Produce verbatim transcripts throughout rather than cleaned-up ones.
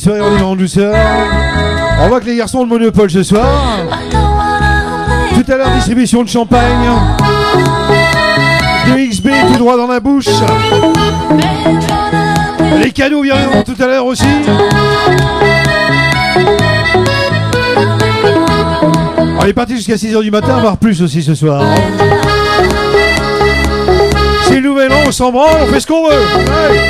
soirée, on y va en douceur. On voit que les garçons ont le monopole ce soir. Tout à l'heure, distribution de champagne. De X B tout droit dans la bouche. Les cadeaux viendront tout à l'heure aussi. On est parti jusqu'à six heures du matin, voire plus aussi ce soir. C'est le nouvel an, on s'en branle, on fait ce qu'on veut. Ouais.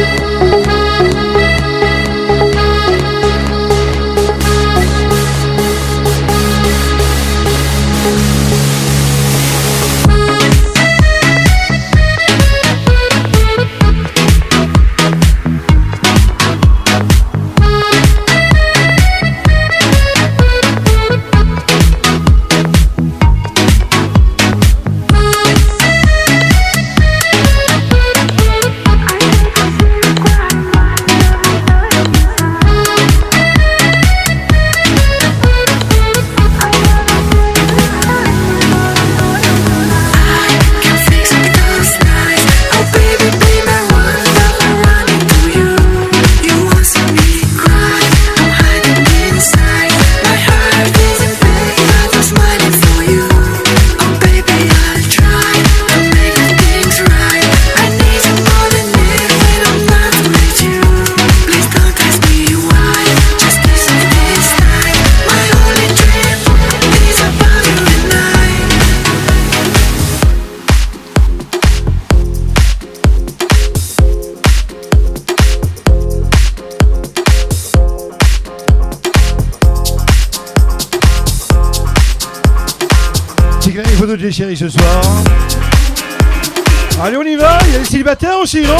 Les chéris ce soir. Allez, on y va. Il y a les célibataires aussi, non?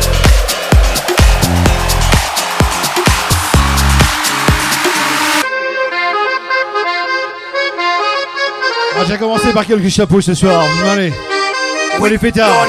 On va commencer par quelques chapeaux ce soir. Allez, pour les pétards.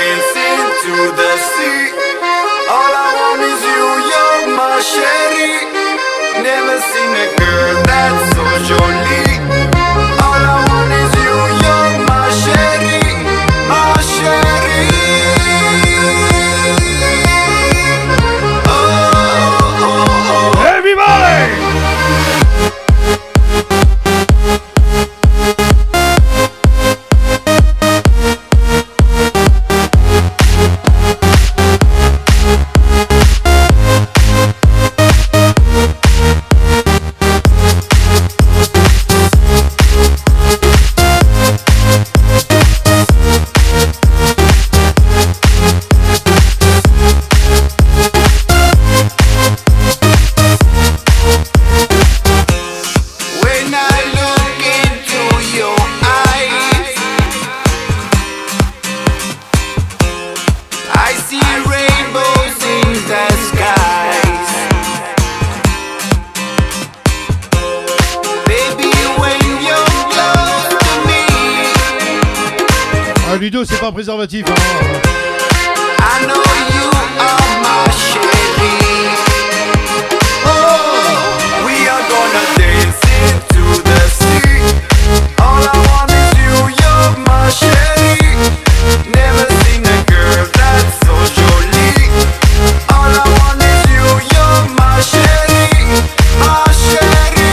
Ludo, c'est pas un préservatif. Hein. I know you are my chérie. Oh, we are gonna dance into the sea. All I want is you, you're my chérie. Never seen a girl that's so jolie. All I want is you, you're my chérie, my chérie.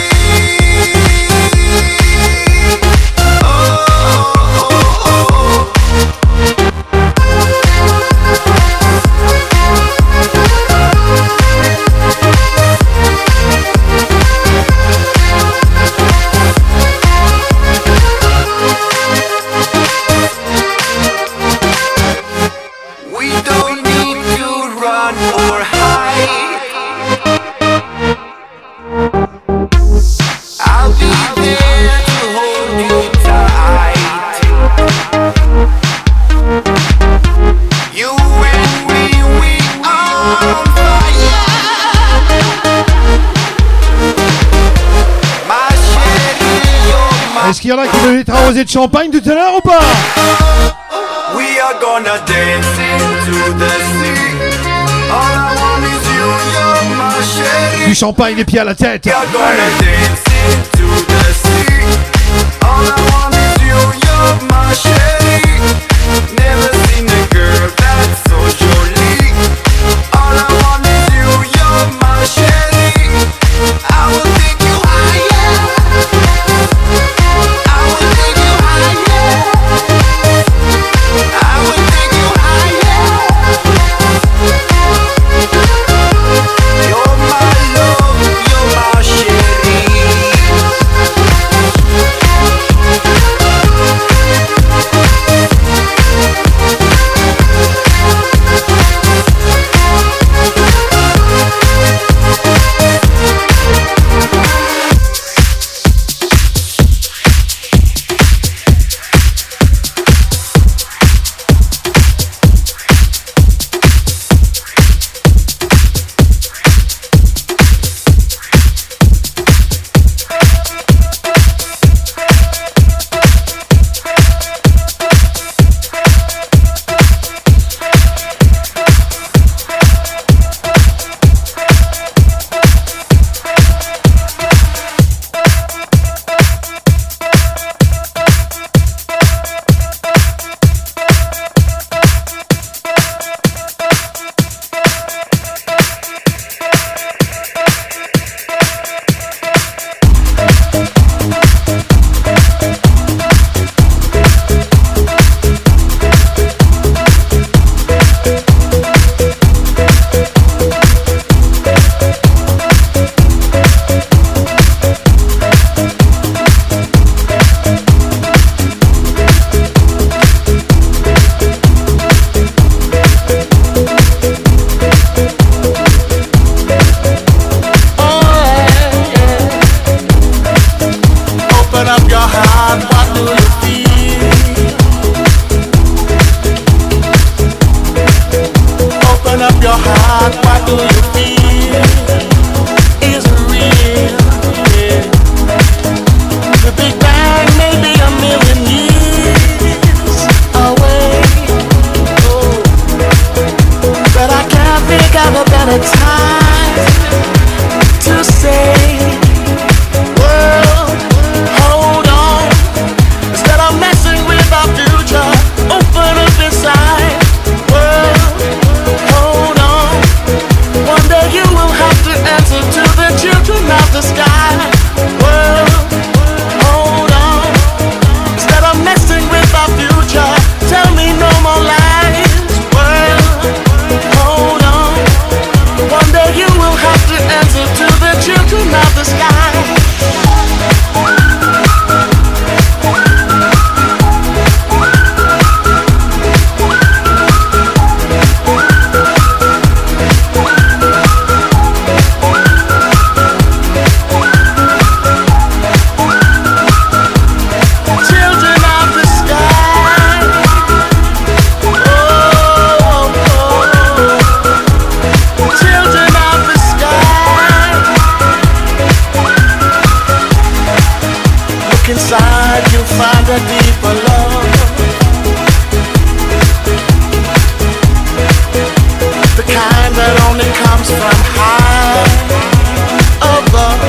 Est-ce qu'il y en a qui veulent être arrosés de champagne tout à l'heure ou pas? We are gonna dance into the sea. All I want is you, you're my chérie. Du champagne les pieds à la tête. We are gonna dance into the sea. All I want is you, you're my chérie. Never seen a girl that's so jolie. All I want is you, you're my chérie. inside you find a deeper love, the kind that only comes from high above.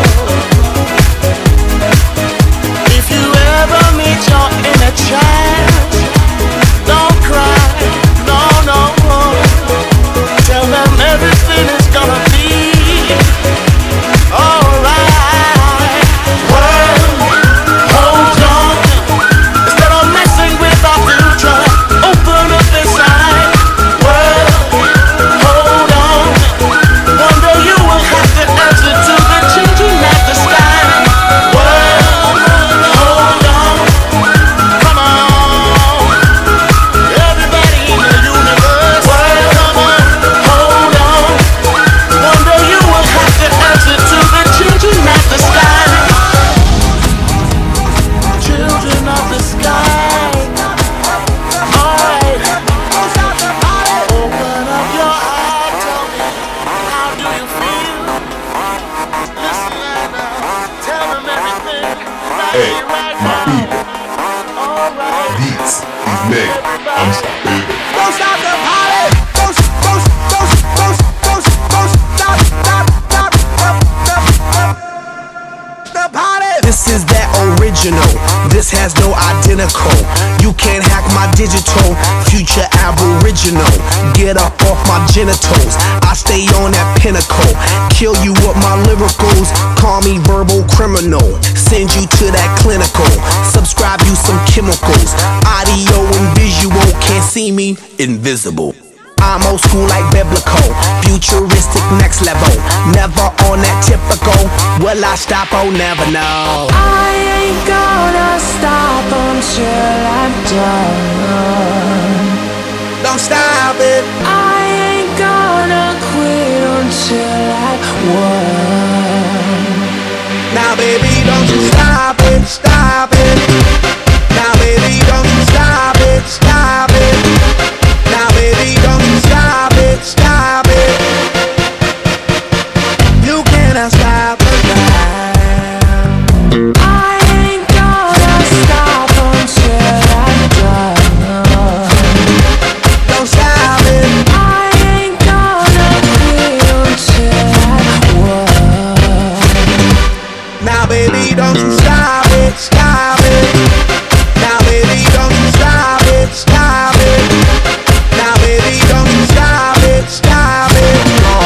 If you ever meet your inner child, don't cry, no, no. Tell them everything is gonna be alright. Well, hold on. Instead of messing with our future, open up inside. Well, hold on. One day you will have to answer to the changing of the sky. Well, hold on. Come on. Everybody in the universe. Well, come on. Hold on. One day you will have to answer to the children of the sky. Children of the sky. Alright. Open up your heart. Tell me, how do you feel? Listen and uh, tell them everything. Right Hey, here, right my now. people, Alright. beats, these niggas, I'm stupid. Don't stop the party. Don't, don't, don't, don't, don't, don't stop, stop, stop, stop, stop, stop the party. This is that original, this has no identical. You can't hack my digital, future aboriginal. Get up off my genitals, I stay on that pinnacle. Kill you with my lyricals, call me verbal criminal. Send you to that clinical, subscribe you some chemicals. Audio and visual, can't see me, invisible. I'm old school like biblical, futuristic next level. Never on that typical, will I stop? Oh, never know. I ain't gonna stop until I'm done. Don't stop it. I ain't gonna quit until I won. Now baby, don't you stop it, stop it. Now baby, don't you stop it, stop it. Now baby, don't you stop it, stop it. You cannot stop it now. I ain't gonna stop until I'm done. Don't stop it. I ain't gonna quit until I won. Now baby, don't you stop it, stop it. Now baby, don't you stop it, stop it. Now baby, don't you stop it, stop it.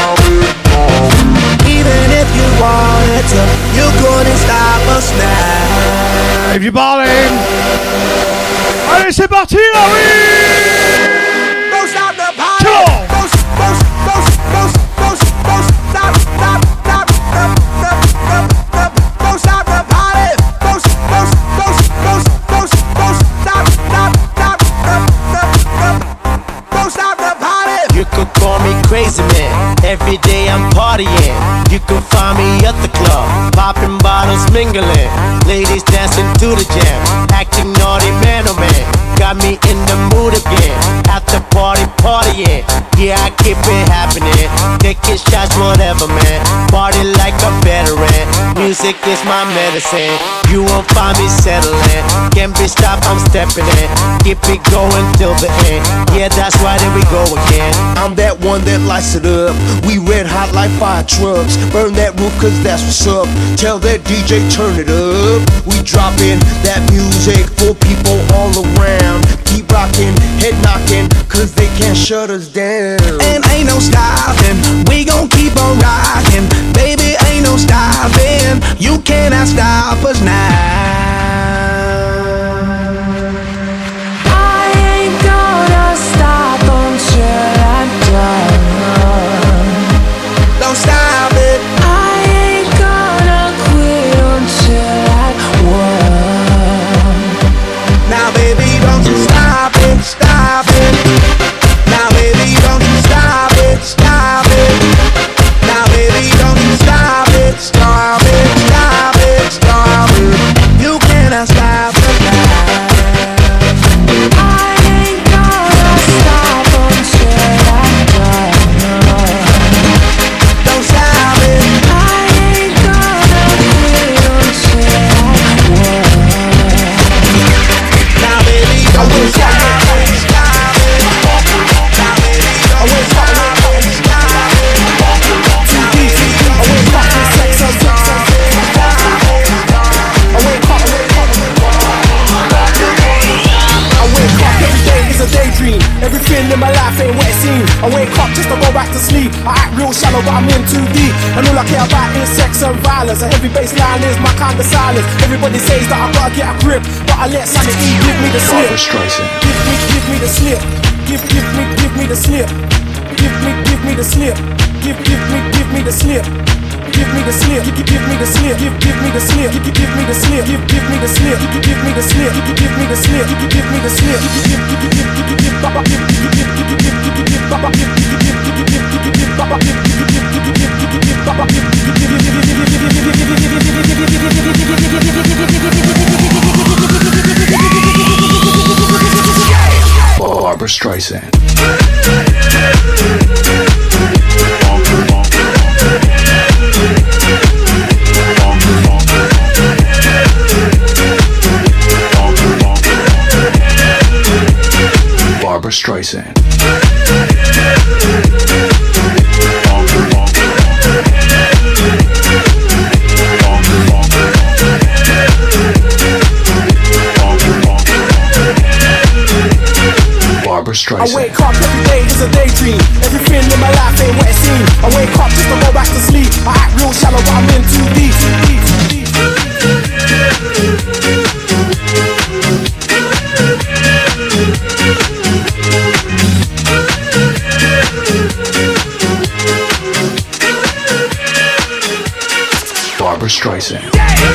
Even if you wanted to, you couldn't stop us now. Everybody. Allez, c'est parti là, oui. Don't stop the party. Come on. Don't, don't, don't, don't, don't, don't stop, stop, stop, stop, stop, stop, stop. Don't stop the party. Don't, don't, don't, don't, don't, don't stop, stop, stop, stop, stop, stop. Don't stop the party. You could call me crazy man. Every day I'm partying. You can find me at the club, popping bottles, mingling. Ladies dancing to the jam, acting naughty, man oh man. Got me in the mood again. At the party, partying. Yeah, I keep it happening. Taking shots, whatever, man. Party like a veteran. Music is my medicine. You won't find me settling. Can't be stopped, I'm stepping in. Keep it going till the end. Yeah, that's right, there we go again. I'm that one that lights it up. We red hot like fire trucks. Burn that roof cause that's what's up. Tell that D J turn it up. We dropping that music for people all around. Keep rocking, head knocking, cause they can't shut us down. And ain't no stopping, we gon' keep on rocking. Baby, ain't no stopping, you cannot stop us now. I ain't gonna stop until I'm done. Don't stop it. I ain't gonna quit until I won. Now baby, don't you stop it, stop it. Now baby, don't you stop it, stop it. Now baby, don't you stop it, stop it, stop it, stop it. life ain't what it seems. I wake up just to go back to sleep. I act real shallow, but I'm in too deep. And all I care about is sex and violence. A heavy baseline is my kind of silence. Everybody says that I gotta get a grip, but I let sanity give me the slip. Give me, give me the slip. Give, give me, give me the slip. Give me, give me the slip. Give, give me, give me the slip. Give me the slip. Give, give me the slip. Give, give me the slip. Give, give me the slip. Give, give me the slip. Give, give me the slip. Give, give me the slip. Give, give me the slip. Give, give, give, give, give, give, give, baba, give, give, give, give, give, give, give, baba, give, give, give, give, give, give, give, baba, give, give, give, give, give, give, give, baba, give, give, give, give, Barbra Streisand. Barbra Streisand. Barbra Streisand. I wake up every day, it's a daydream. Everything in my life ain't what it seems. I wake up just to go back to sleep. I act real shallow, but I'm in too deep. Barbra Streisand.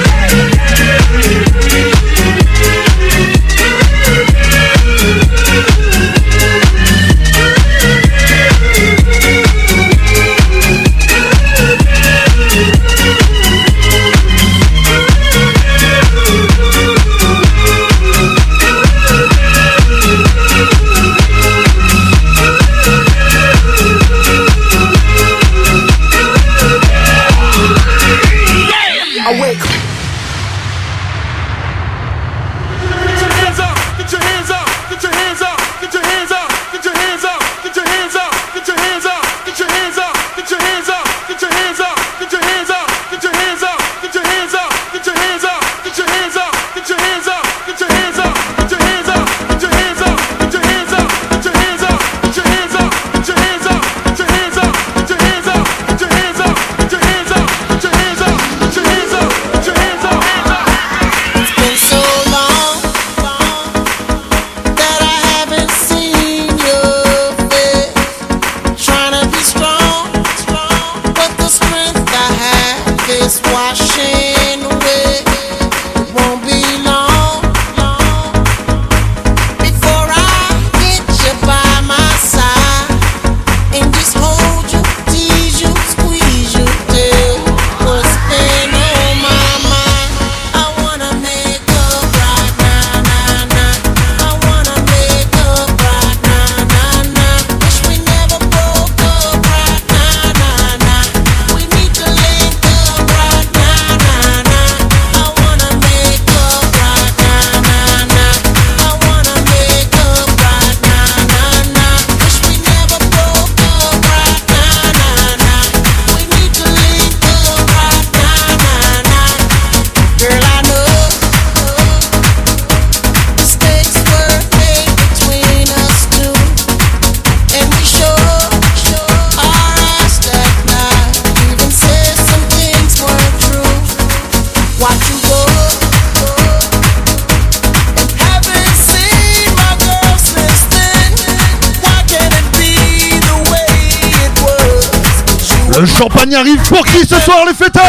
Le champagne arrive pour qui ce soir les fêteurs?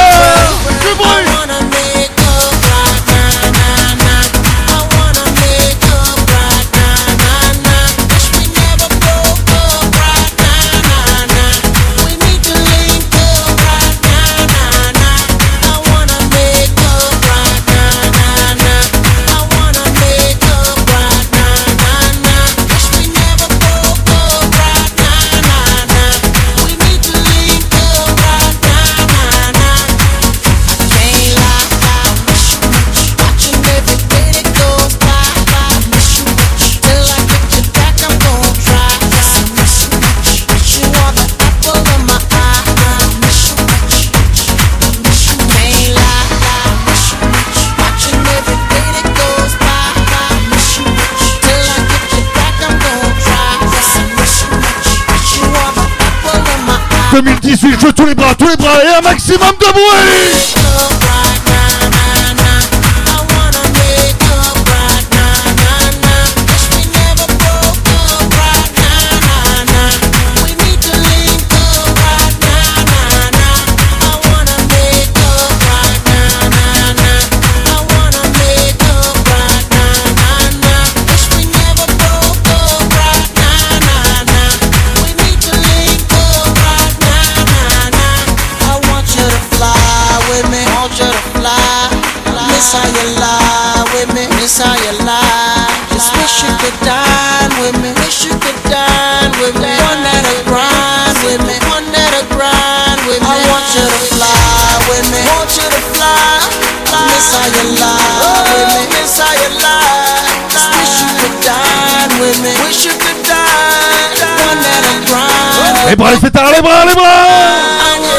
Du bruit! Can't lie. deux mille dix-huit, je veux tous les bras, tous les bras et un maximum de bruit. Miss how you lie with me, miss how you lie. Just wish you could dine with me, wish you could dine with me. One that'll grind with me, one that'll grind with me. I want you to fly with me, want you to fly. Miss how you lie with me, miss how you lie. Just wish you could dine with me, wish you could dine. One that'll grind. Les bras, les fêtards, les bras, les bras.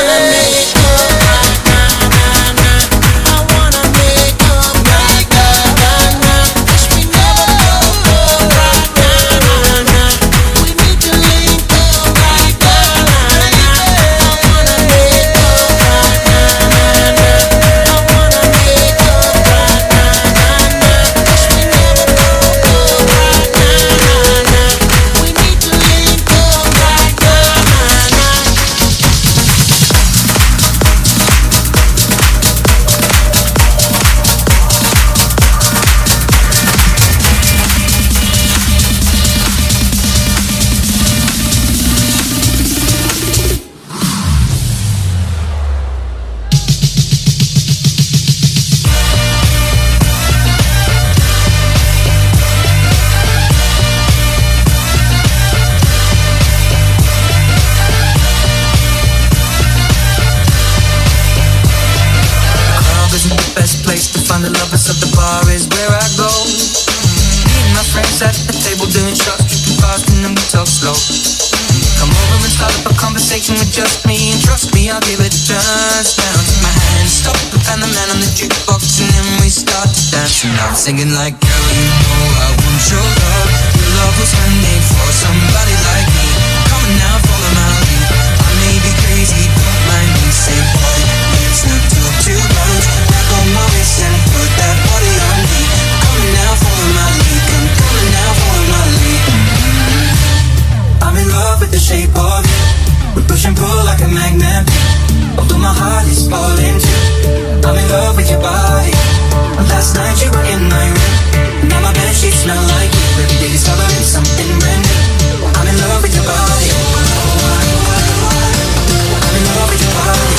Just me, and trust me, I'll give it a chance. Now take my hand, stop, and the man on the jukebox, and then we start to dance. And I'm singing like, girl, you know I want your love. Your love was handmade for somebody like me. Come on now, follow my lead. I may be crazy, don't mind me. Say, boy, let's not talk too much. Grab on my waist and put that body on me. Come on now, follow my lead. Come, come on now, follow my lead. Mm-hmm. I'm in love with the shape of you. We push and pull like a magnet. Although my heart is falling too. I'm in love with your body. Last night you were in my room. Now my bed sheets smell like you. Every day discovering something brand new. I'm in love with your body. I'm in love with your body.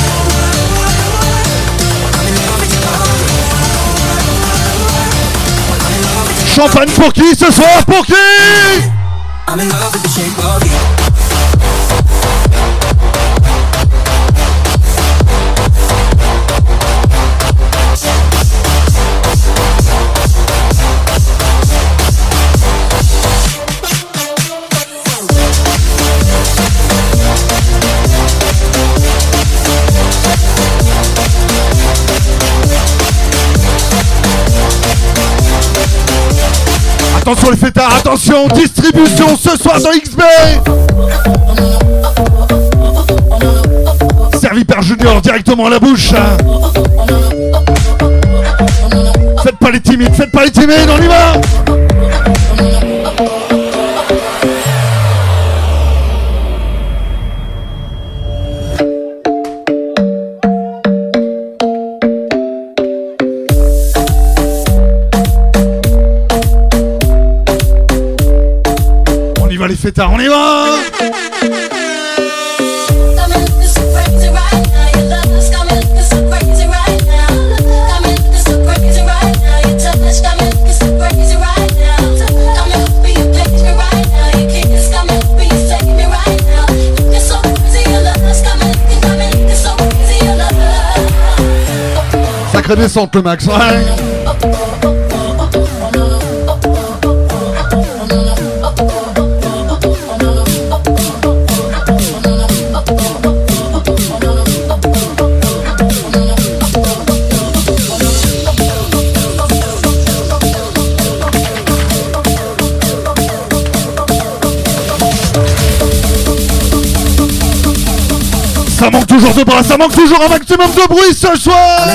I'm in love with your body. I'm in love with your body. Champagne pour qui ce soir? Pour qui? I'm in love with the shape of you. Attention les fêtards, attention, distribution ce soir dans X B. Servi par Junior directement à la bouche. Faites pas les timides, faites pas les timides, on y va. Les fêtards, on y va. Sacrée descente le max, ouais. Ça manque toujours de bras, ça manque toujours un maximum de bruit ce soir.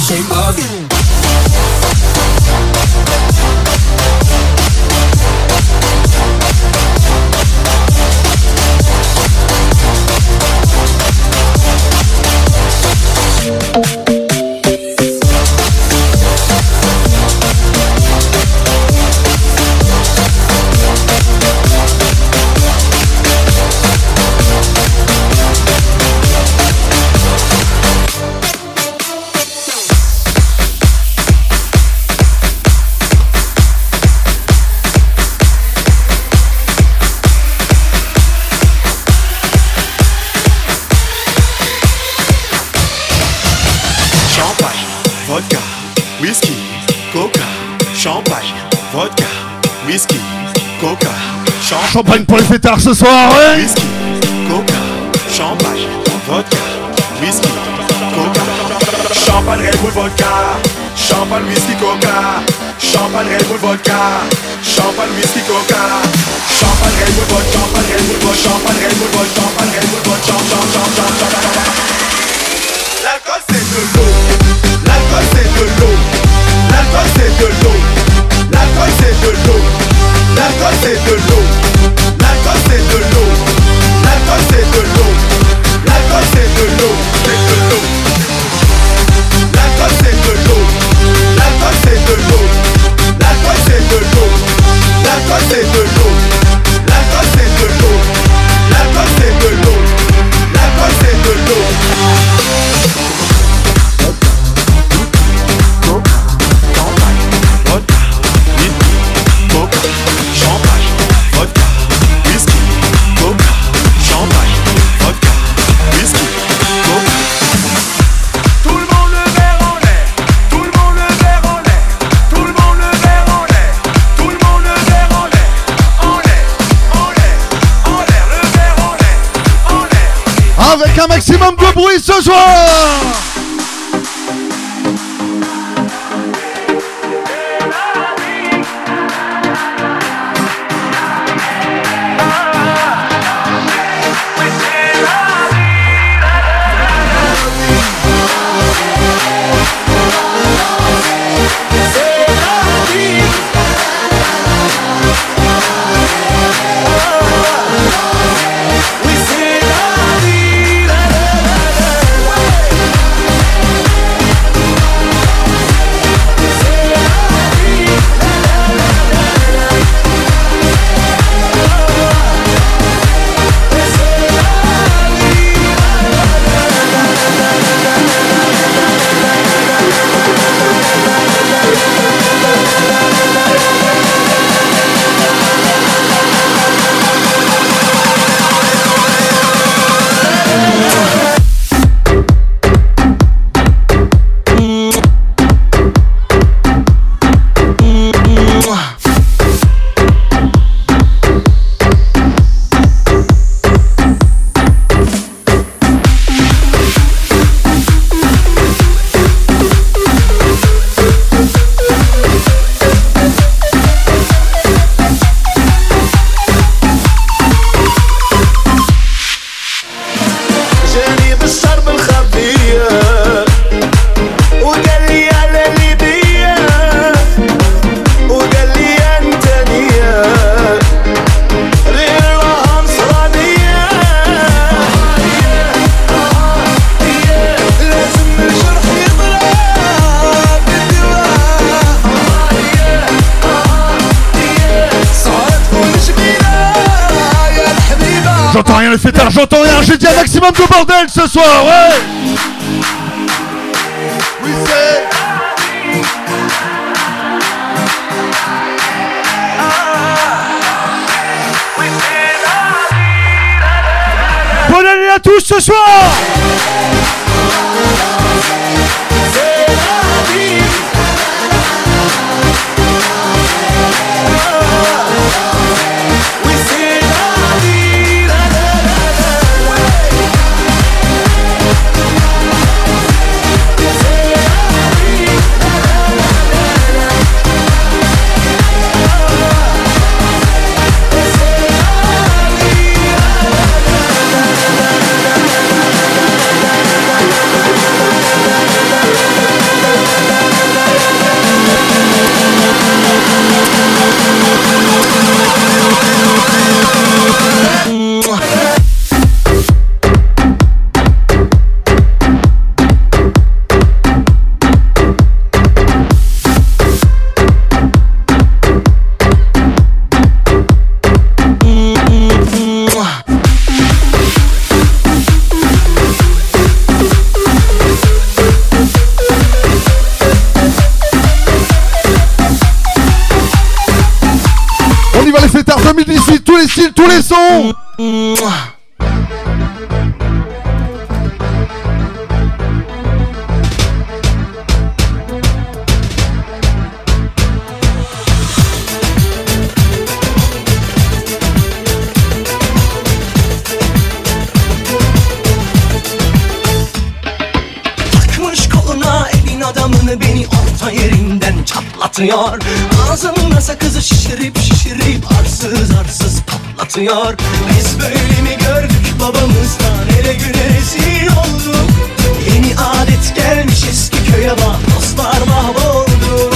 Champagne pour les fêtards ce soir, ouais. Whisky, coca, champagne, vodka, whisky, coca, champagne, Red Bull, vodka, champagne, whisky, coca, champagne, Red Bull, vodka, champagne, whisky, coca, champagne, Red Bull, vodka, champagne, Red Bull, vodka, champagne, Red Bull, vodka, champagne, Red Bull, vodka, champagne, champagne, champagne. L'alcool c'est de l'eau, l'alcool c'est de l'eau, l'alcool c'est de l'eau, l'alcool c'est de l'eau, l'alcool c'est de l'eau. L'alcool c'est de l'eau, l'alcool c'est de l'eau, l'alcool c'est de l'eau, c'est de l'eau. L'alcool c'est de l'eau, l'alcool c'est de l'eau, l'alcool c'est de l'eau, l'alcool c'est de l'eau, l'alcool c'est de l'eau, l'alcool c'est de l'eau, l'alcool c'est de l'eau. Avec un maximum de bruit ce soir. J'entends rien le fêtard, j'entends rien, j'ai dit un maximum de bordel ce soir, ouais. Oui c'est... Bonne année à tous ce soir. Star Family d'ici, tous les styles, tous les sons. Adamını beni orta yerinden çatlatıyor. Ağzımda sakızı şişirip şişirip arsız arsız patlatıyor. Biz böyle mi gördük babamızdan, ele güne rezil olduk. Yeni adet gelmiş eski köye bak, dostlar mahvoldu.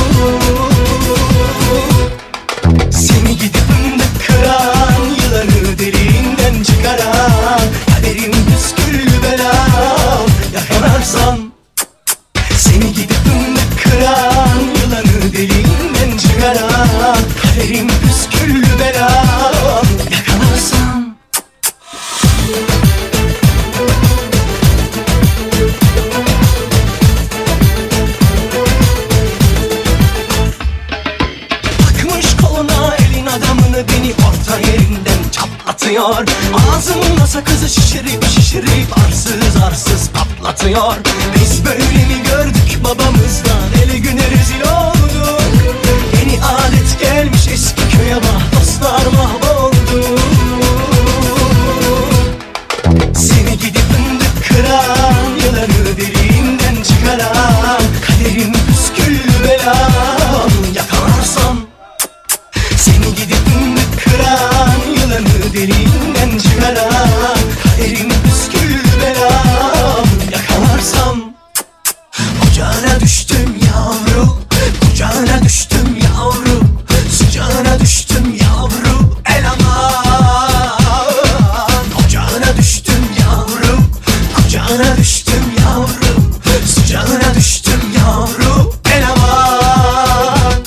Seni gidip fındık kıran, yılanı deliğinden çıkaran, kaderim püsküllü belam. Yakalarsan seni gidip fındık kıran, yılanı deliğinden çıkaran, kaderim püsküllü belam. Yakalarsam takmış koluna elin adamını, beni orta yerinden çatlatıyor. Ağzımda sakızı şişirip şişirip arsız arsız patlatıyor. Biz böyle mi gördük babamızdan, ele güne rezil olduk. Yeni adet gelmiş eski köye bak, dostlar mahvoldu. Seni gidip fındık kıran, yılanı deliğinden çıkaran, kaderim püsküllü belam. Yakalarsam seni gidip fındık kıran, yılanı deliğinden çıkaran, kaderim püsküllü belam. Yakalarsam kucağına düştüm yavru, kucağına düştüm yavru, sıcağına düştüm yavru, el aman. Kucağına düştüm yavru, kucağına düştüm yavru, sıcağına düştüm yavru, el aman.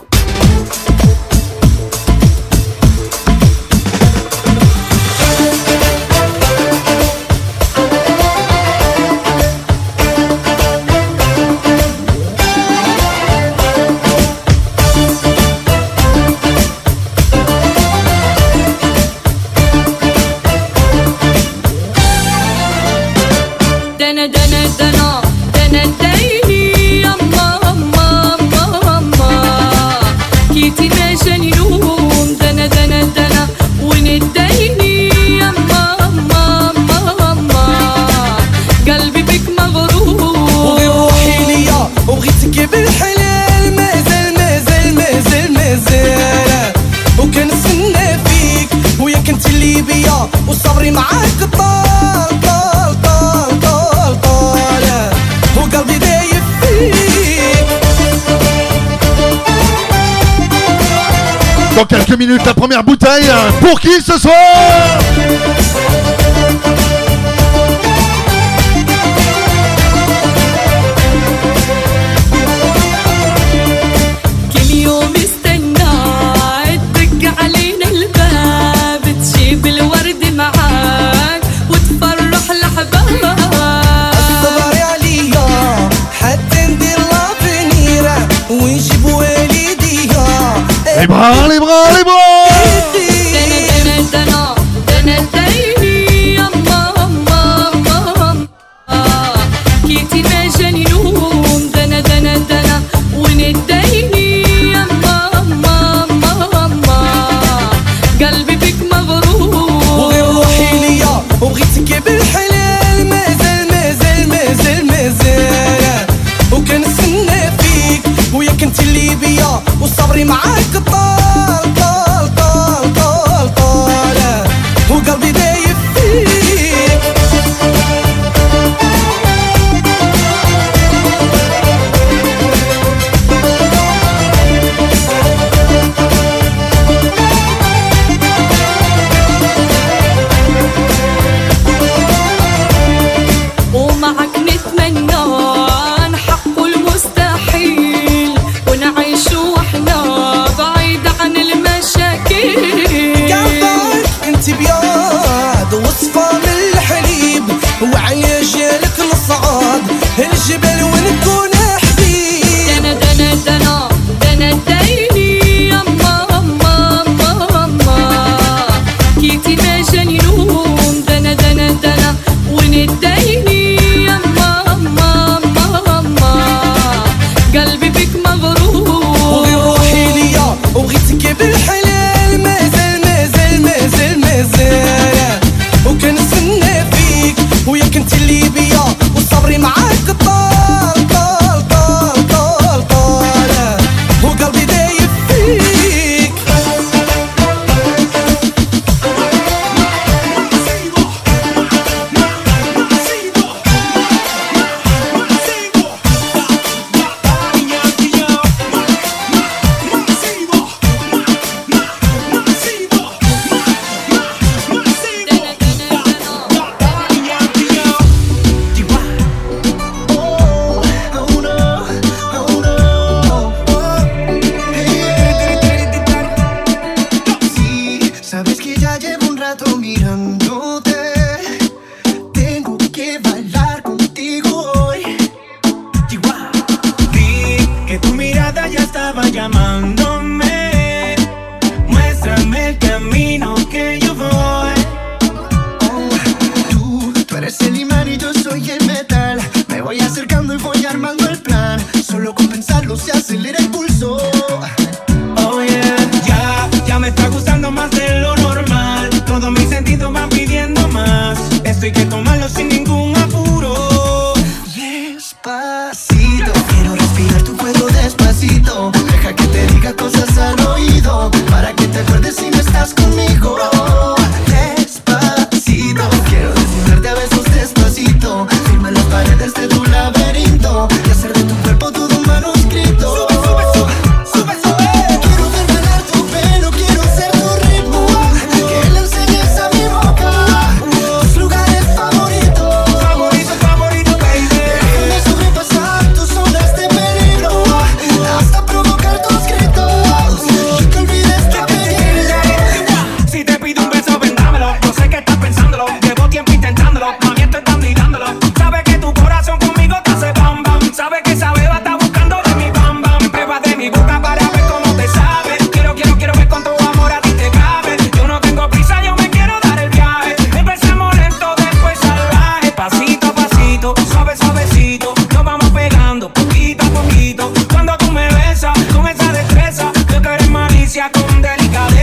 Dene dene dene dene deyni amma amma amma amma Kiti meşenilum dene dene dene ونديني amma amma amma amma قلبي بك مغرور وروحي ليا وبغيتك بالحلال مازال مازال مازال مازال وكنستنى فيك وياك انت اللي بيا وصبري معاك طال طال طال طال طال وقلبي دايب فيك. Dans quelques minutes, la première bouteille. Pour qui ce soir? كل يوم استنى تدق علينا الباب تجيب الورد معاك وتفرح الأحباب. الصبر عليا حتى ندير لافنيرة ونجيب والديا. Les bras, les bras, les bras. دنا دنا دنا دنا ديني أما أما أما أما كيتي مجنون دنا دنا دنا ونديني أما أما أما أما قلبي بك مغرور وروحي ليا وبغيتك بالحلال مازال مازال مازال مازال وكنستنى فيك وياك انت اللي بيا وصبري معاك طال طال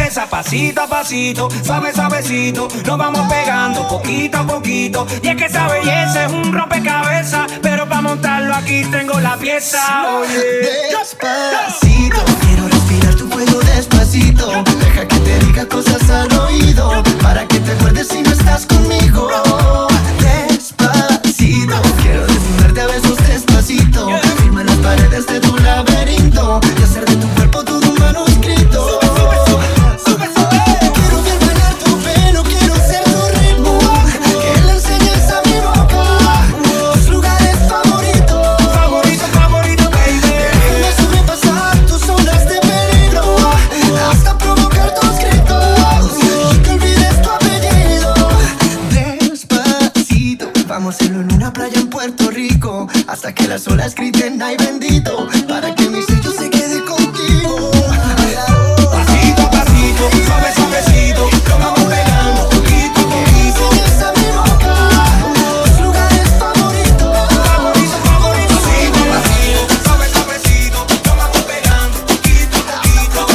cabeza, pasito a pasito, suave suavecito, nos vamos pegando poquito a poquito. Y es que esa belleza es un rompecabezas, pero para montarlo aquí tengo la pieza. Oye, despacito, quiero respirar tu fuego despacito. Deja que te diga cosas al oído, para que te acuerdes si no estás conmigo. Despacito, quiero desnudarte a besos despacito. Firma las paredes de tu laberinto y hacer de tu cuerpo todo un manuscrito. Quiero ver bailar tu pelo, quiero ser tu ritmo, que le enseñes a mi boca tus lugares favoritos. Favorito, favorito, baby. Déjame sobrepasar tus zonas de peligro, hasta provocar tus gritos y que olvides tu apellido. Despacito, vamos en una playa en Puerto Rico, hasta que las olas griten ay bendito, para que mi sello se quede contigo. Pasito a pasito, suave suavecito, nos vamos pegando poquito a poquito. Enseñas a mi boca tus lugares favoritos. Favorito, favorito, pasito a pasito, suave suavecito, nos vamos pegando poquito a poquito.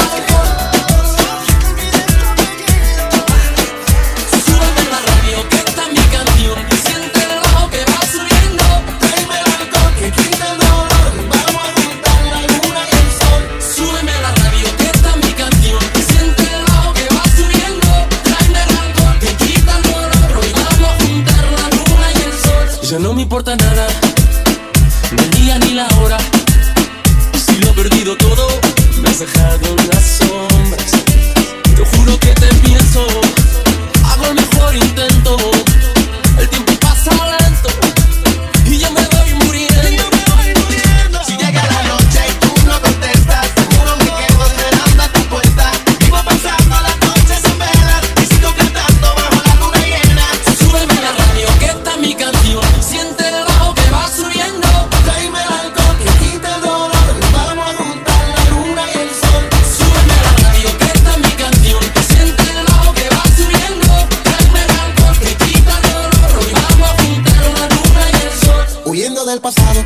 Súbeme la radio que está mi canción, siente el bajo que va subiendo. Tráeme el alcohol que quita el dolor, vamos a juntar la luna y el sol. Súbeme la radio que está mi canción, siente el bajo que va subiendo. Tráeme el alcohol que quita el dolor, hoy vamos a juntar la luna y el sol. Ya no me importa nada, ni el día ni la hora. Si lo he perdido todo, me has dejado en las sombras. Te juro que te pienso, hago el mejor intento. El tiempo pasa lento y yo me voy muriendo. Si llega la noche y tú no contestas, seguro me quedo esperando a tu puerta. Vivo pasando las noches en velas y sigo cantando bajo la luna llena. Súbeme la radio que está mi canción, siente el bajo que va subiendo. Tráeme el alcohol que quita el dolor, vamos a juntar la luna y el sol. Súbeme la radio que está mi canción, siente el bajo que va subiendo. Tráeme el alcohol que quita el dolor, hoy vamos a juntar la luna y el sol. Huyendo del pasado,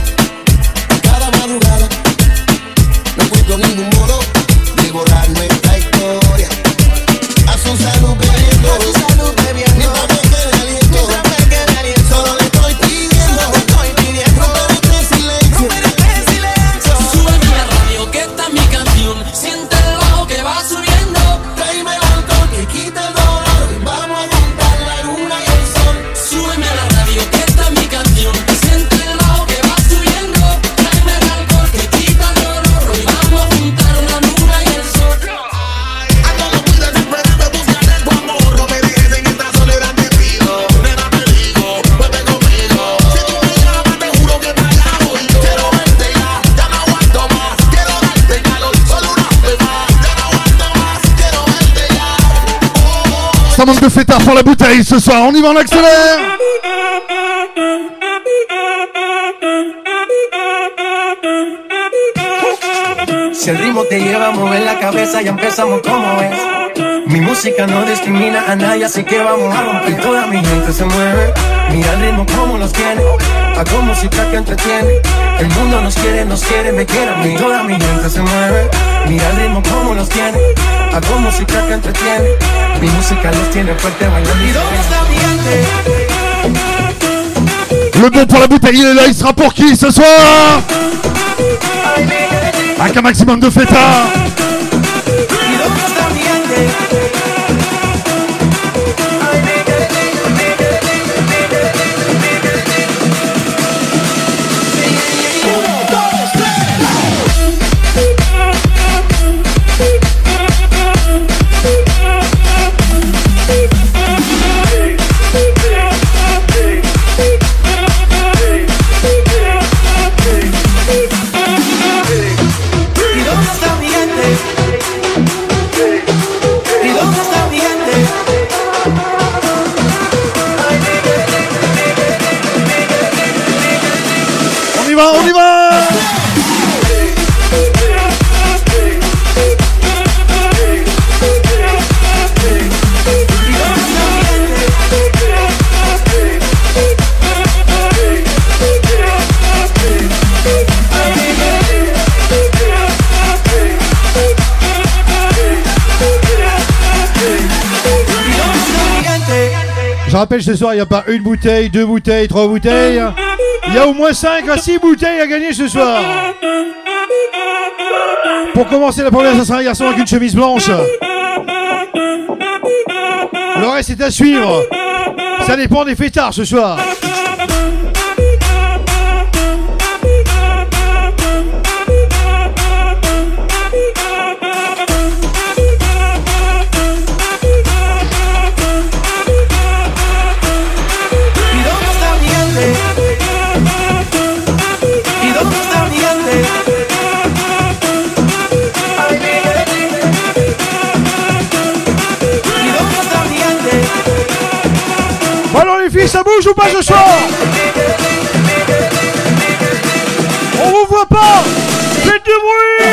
cada madrugada, no encuentro ningún modo de borrar nuestra historia. A su salud bebiendo, a su salud bebiendo, mientras me quede aliento, mientras me quede aliento. Solo le estoy pidiendo, solo le estoy pidiendo, romper este silencio, romper este silencio. Súbeme la radio que está mi canción, siente el bajo que va subiendo. Tráeme el alcohol que quita el dolor, y vamos a juntar la luna y el sol. Súbeme la radio que está mi canción, siente el bajo que va subiendo. Tráeme el alcohol que quita el dolor, hoy vamos a juntar la luna y el sol. Ando no pude desprenderme, buscaré tu amor. No me dejes en esta soledad, te pido. Nena, te digo, vuelve conmigo. Si tú me llamas, te juro que te llamo. Y quiero verte ya, ya no aguanto más. Quiero darte calor, solo una vez más. Ya no aguanto más, quiero verte ya. Ça manque de fêtard pour la bouteille ce soir, on y va, on accélère. Si el ritmo te lleva a mover la cabeza, ya empezamos como es. Mi música no discrimina a nadie, así que vamos a romper. Toda mi gente se mueve, mira el ritmo como los tiene. Hago música que entretiene. El mundo nos quiere, nos quiere, me quiere a mí. Toda mi gente se mueve, mira el ritmo como los tiene. Hago música que entretiene. Mi música los tiene fuerte bailando. ¿Y dónde está mi gente? Le bon pour la bouteille, il est là, il sera pour qui ce soir? Avec un maximum de fêtards. ¿Y dónde está mi gente? ¿Y dónde está mi gente? Je rappelle, ce soir, il n'y a pas une bouteille, deux bouteilles, trois bouteilles. Il y a au moins cinq à six bouteilles à gagner ce soir. Pour commencer, la première, ça sera un garçon avec une chemise blanche. Le reste est à suivre. Ça dépend des fêtards ce soir. Alors les filles, ça bouge ou pas ce soir? On vous voit pas. Faites du bruit.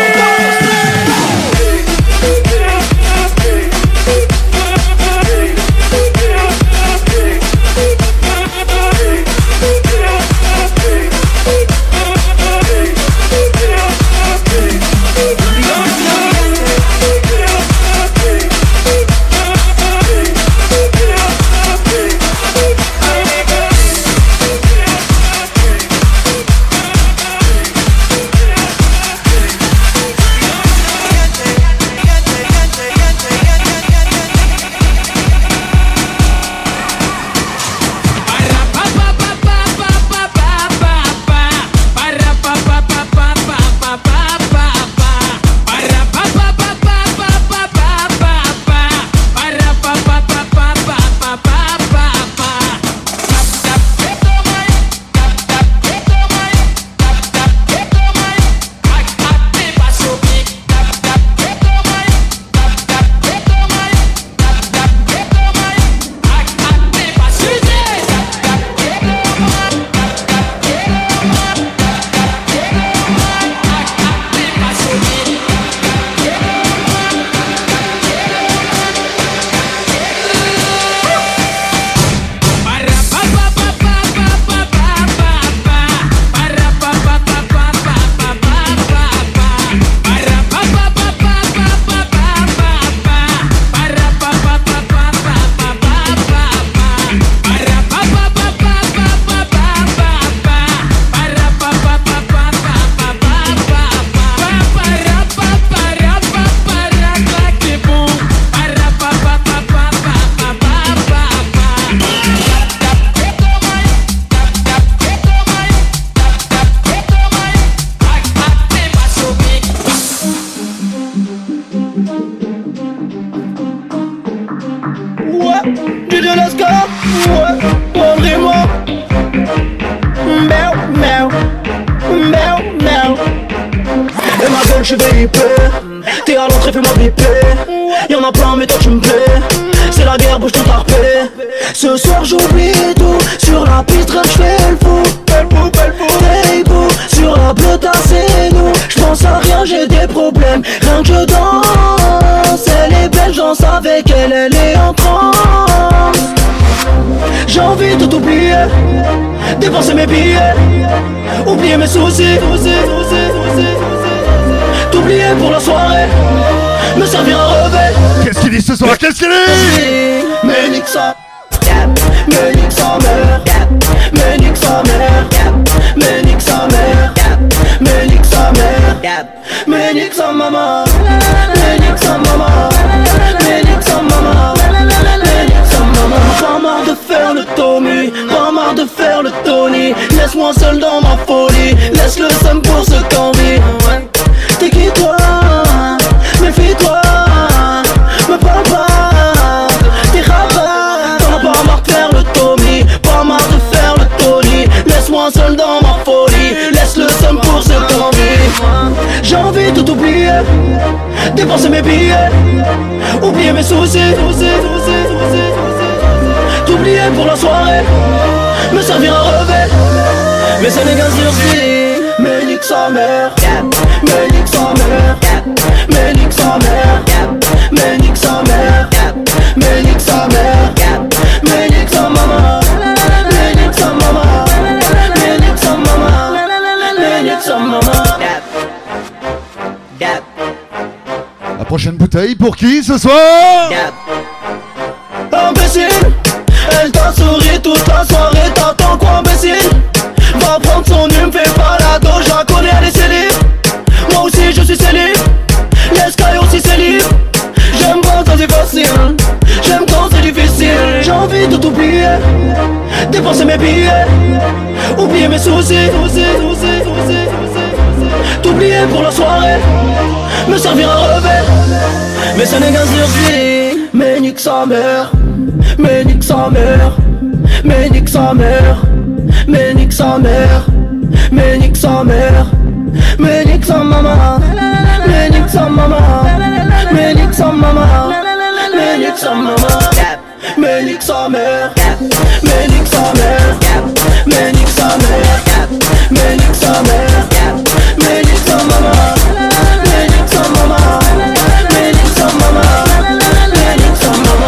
Je vais y pleurer. T'es à l'entrée, fais-moi biper. Y'en a plein, mais toi tu me plais. C'est la guerre, bouge ton tarpé. Ce soir j'oublie tout. Sur la piste, je fais le fou. Belle fou, belle fou. T'es beau. Sur la bleuta, c'est nous. J'pense à rien, j'ai des problèmes. Rien que je danse. Elle est belle, j'en savais avec elle, elle est en transe. J'ai envie de t'oublier. Dépenser mes billets. Oublier mes soucis. T'oublier pour la soirée, me servir un revêt. Qu'est-ce qu'il dit ce soir? Qu'est-ce qu'il dit? Me nique sa me nique sa mère, me nique sa mère, me nique sa mère, me nique sa mère, me nique sa maman, me nique sa maman, me nique sa maman, me nique sa maman. Pas marre de faire le Tommy, pas marre de faire le Tony. Laisse-moi seul dans ma folie, laisse le seum pour ce qu'on vit. T'es qui toi? Méfie-toi, me parle pas. T'es rabat, t'en as pas marre de faire le Tommy, pas marre de faire le Tony. Laisse-moi seul dans ma folie, laisse le seum pour ce qu'on vit. J'ai envie de t'oublier, dépenser mes billets, oublier mes soucis, t'oublier pour la soirée, me servir un revêt. Mais ce n'est qu'un sursis, me nique sa mère, me nique sa mère, me nique sa mère, me nique sa mère, me nique sa mère, me nique sa maman, me nique sa maman, me nique sa maman, me nique sa maman. La prochaine bouteille pour qui ce soir? Imbécile, Elle t'a souri toute la soirée, t'attends quoi imbécile? Va prendre son hume, fais pas la doja, connais elle est célib. Moi aussi je suis célib, les Sky aussi célib. J'aime pas quand c'est facile, j'aime quand c'est difficile. J'ai envie de t'oublier, dépenser mes billets, oublier mes soucis, t'oublier pour la soirée, me servir un revers. Mais ça n'est qu'un sursis, mais nique sa mère, mais nique sa mère, mais nique sa mère, mais nique sa mère, mais nique sa mère, mais nique sa maman, mais nique sa maman, mais nique sa maman, mais nique sa maman, mais nique sa mère, mais nique sa mère, mais nique sa mère, mais nique sa mère, mais nique sa maman, mais nique sa maman, mais nique sa maman, mais nique sa maman.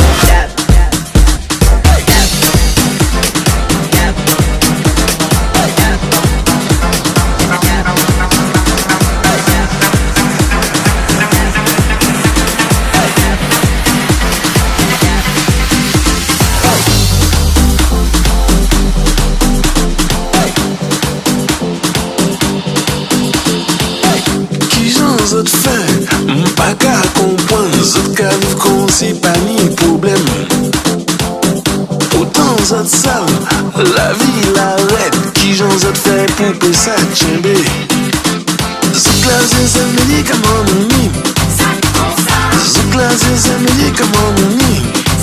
Zot fè, m'pa ka kompwen, zot ka viv kon si pa ni problem. Autant zot sav, la vi la red, ki jan zot fè pou pe sa tchembe. Zot la zè zè medikaman mouni, zot la zè zè medikaman mouni.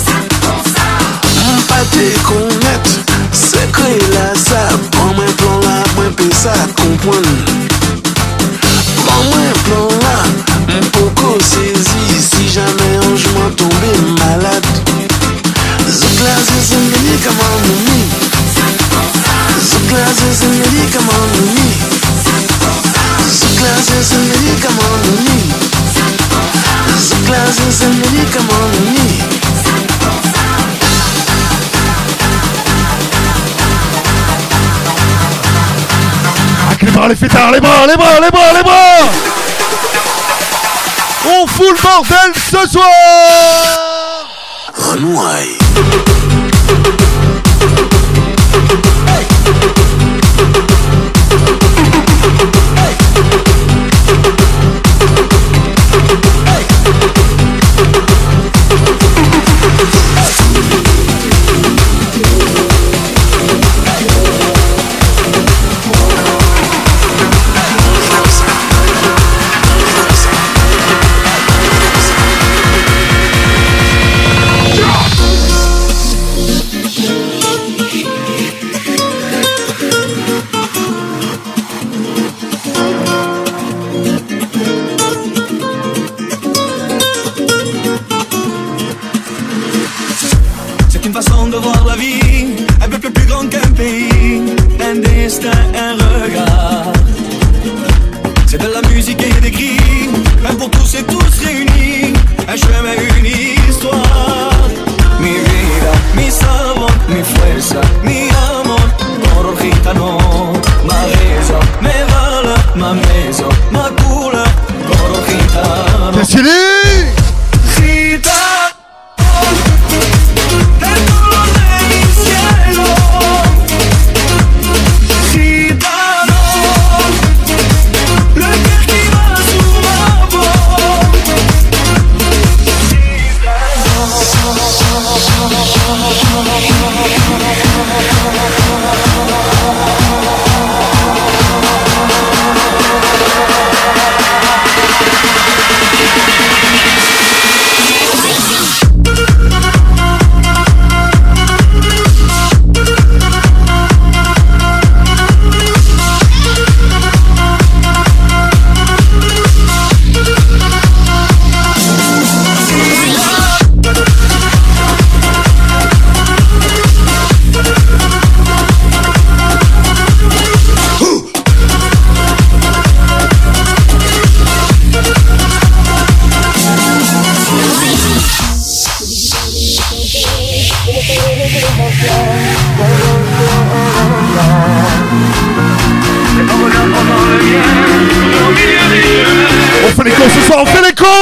M'pa te konet, se kre la sa, pran mwen plan la, mwen pe sa kompwen. Prends moi un plan là, mon poco saisi, si jamais un jour m'en tomber malade. Zouklazé c'est un médicament mouni, Zouklazé c'est un médicament mouni, Zouklazé c'est un médicament mouni, Zouklazé c'est un médicament mouni. Les bras, les fêtards, les bras, les bras, les bras, les bras. On fout le bordel ce soir. Renouaille. On fait les cons ce soir, on fait les cons.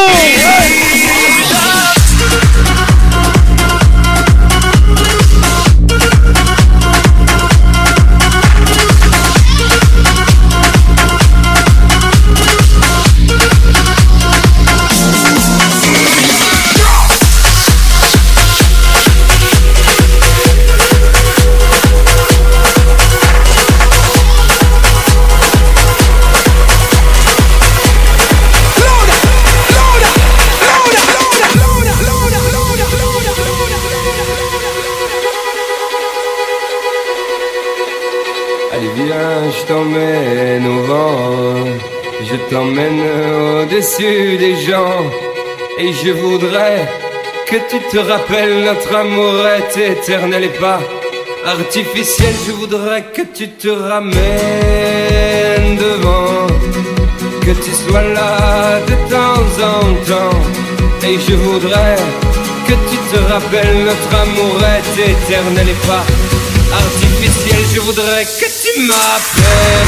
t'emmène au-dessus des gens. Et je voudrais que tu te rappelles, notre amour est éternel et pas artificiel. Je voudrais que tu te ramènes devant, que tu sois là de temps en temps. Et je voudrais que tu te rappelles, notre amour est éternel et pas artificiel. Je voudrais que tu m'appelles.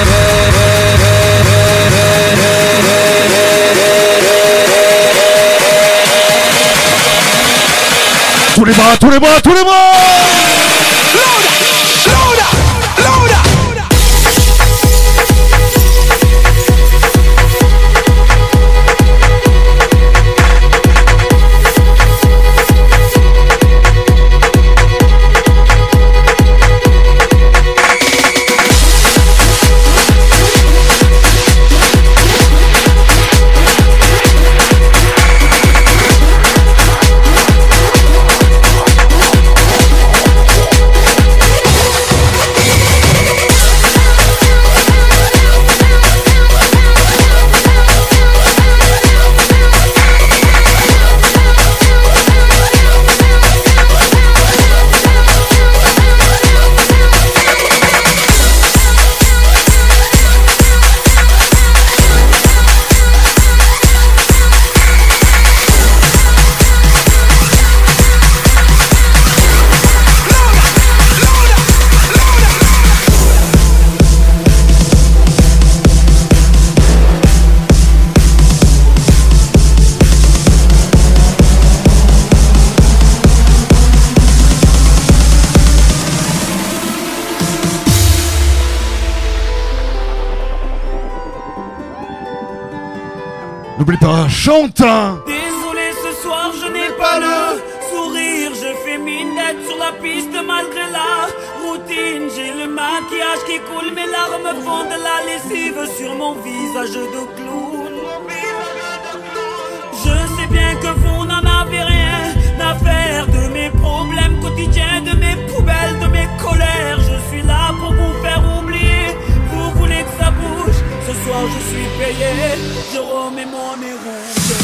Tous les bras, tous les bras, tous les bras. Loda, Loda. N'oublie pas, chante. Désolé, ce soir je n'ai pas le sourire. Je fais mine d'être sur la piste malgré la routine. J'ai le maquillage qui coule, mes larmes font de la lessive sur mon visage de clown. Je sais bien que vous n'en avez rien à faire de mes problèmes quotidiens, de mes poubelles, de mes colères. Je suis là pour vous faire oublier. Vous voulez que ça bouge? Ce soir je suis payé, je remets mon nez rouge.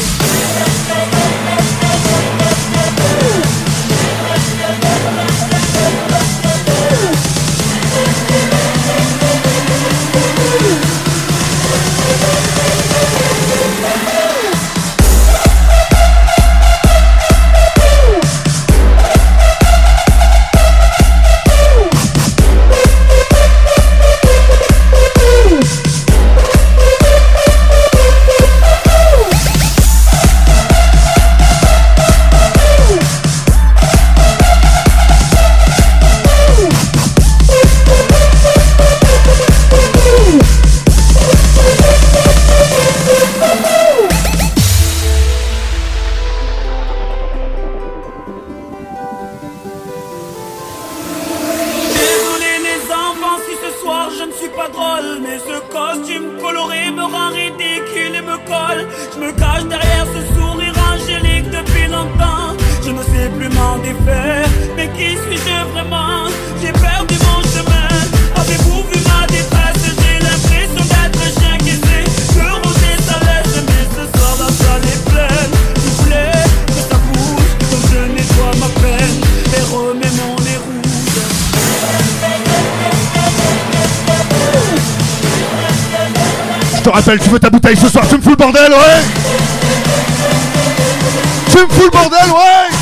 Je te rappelle, tu veux ta bouteille ce soir, tu me fous le bordel, ouais. Tu me fous le bordel, ouais.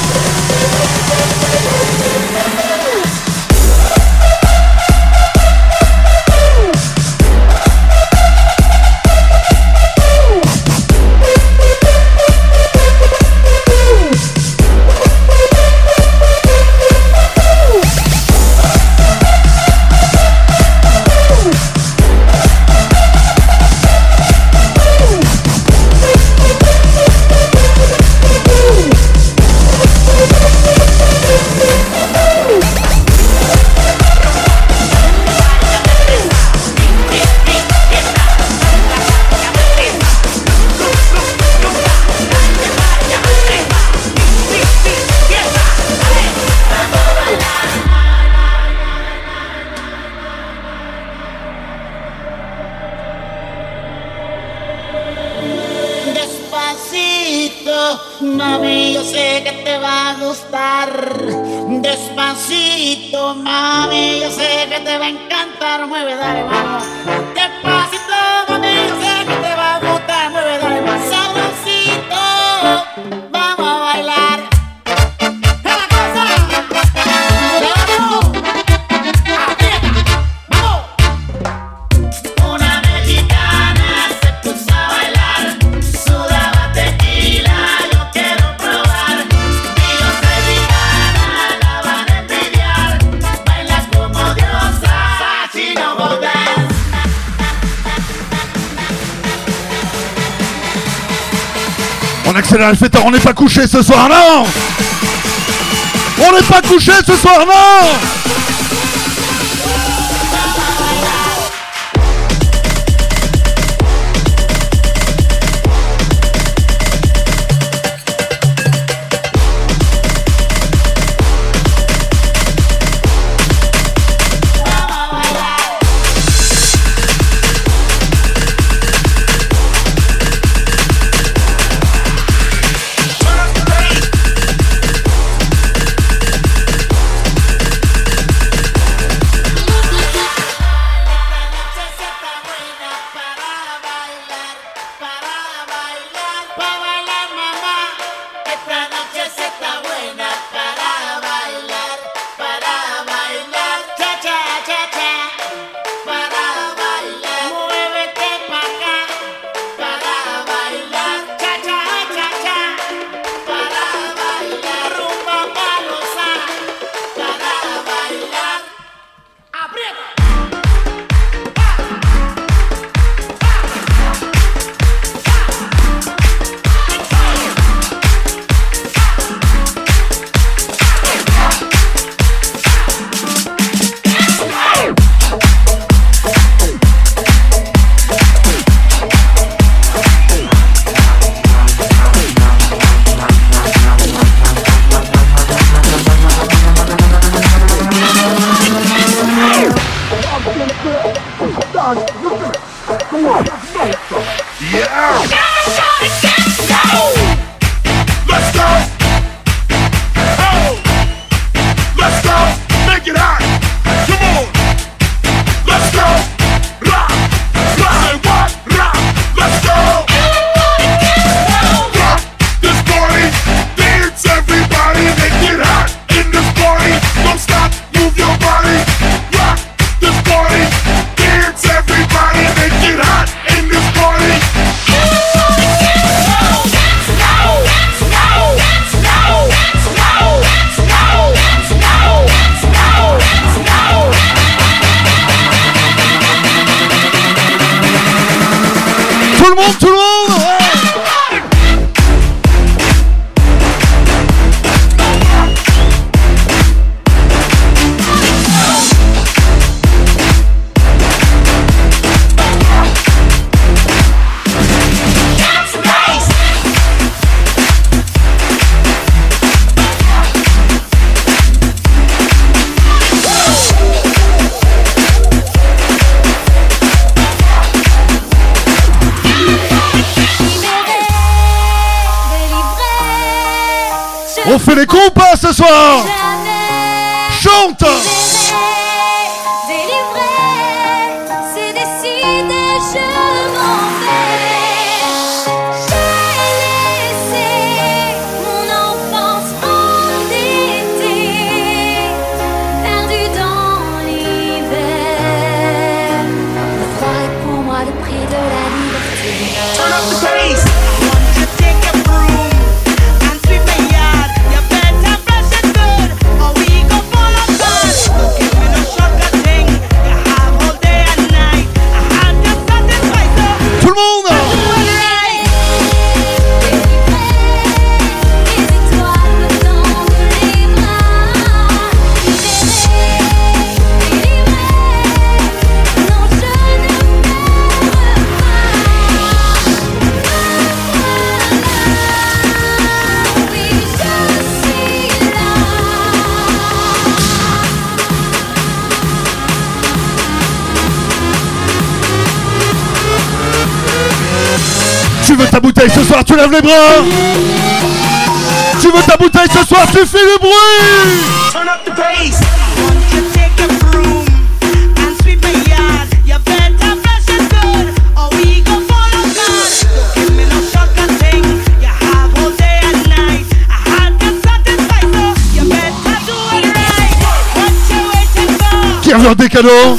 Woo! yo sé que te va a gustar. Despacito, mami, yo sé que te va a encantar. Mueve, dale, vamos. Despacito, mami, yo sé que te va a gustar. Mueve, dale, vamos. Sabrosito, vamos a bailar. On accélère le fêtard, on n'est pas couché ce soir, non. On n'est pas couché ce soir, non. On fait les compas ce soir. Chante. Tu veux ta bouteille ce soir, tu lèves les bras. Tu tu veux ta bouteille ce soir, tu fais le bruit. Turn up the bass. Won't you take a broom and sweep my yard? You better flush it good, or we gon' fall on God. Give me no shotgun thing. You have all day and night. I had to satisfy, so you better do it right. What you waiting for? Qui revient des cadeaux?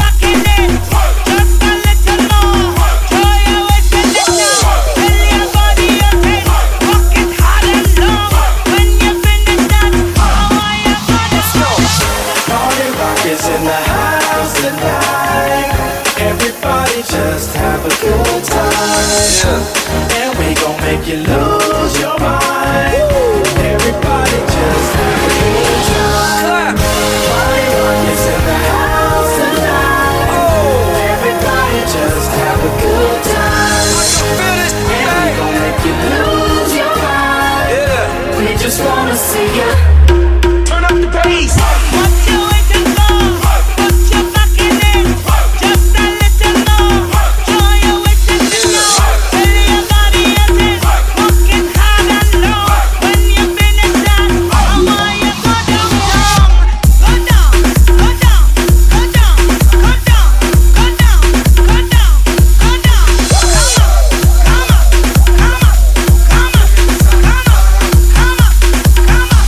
Just have a good time, and we gon' make you lose your mind. Everybody just have a good time. Party rock is in the house tonight. Oh, everybody just have a good time, and we gon' make you lose your mind. We just wanna see you turn up the bass. What you waiting for? Put your back in it. Just a little more. Show you what you can do. Tell your body as it. Walking hard and low. When you finish that, I want you go down, down. Go down, go down, go down, go down, go down, go down, go down. Come on, come on, come on, come on, come on, come on, come on.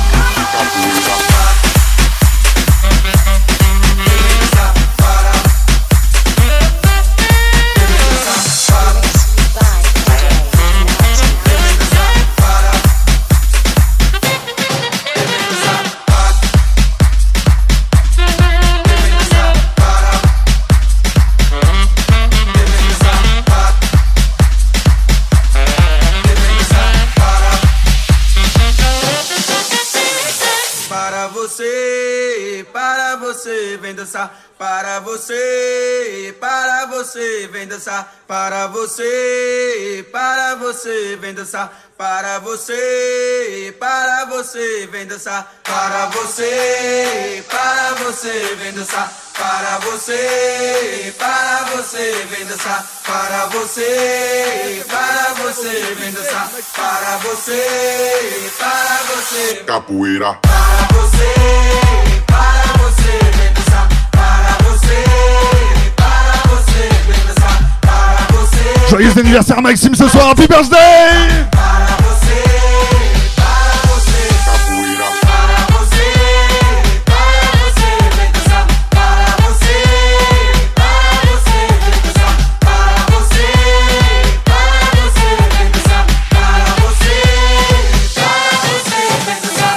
Para você, para você, vem dançar. Para você, para você, vem dançar. Para você, para você, vem dançar. Para você, para você, vem dançar. Para você, para você, vem dançar. Para você, para você, vem dançar. Para você, para você, vem dançar. Para você, para você. Capoeira. Para você, para você, vem dançar. Para você, para você, vem dançar. Para você. Joyeux anniversaire Maxime ce soir, happy birthday. Para você, para você. Capoeira. Para você, para você, vem dançar. Para você, para você, vem dançar. Para você, para você, vem dançar. Para você, para você, vem dançar.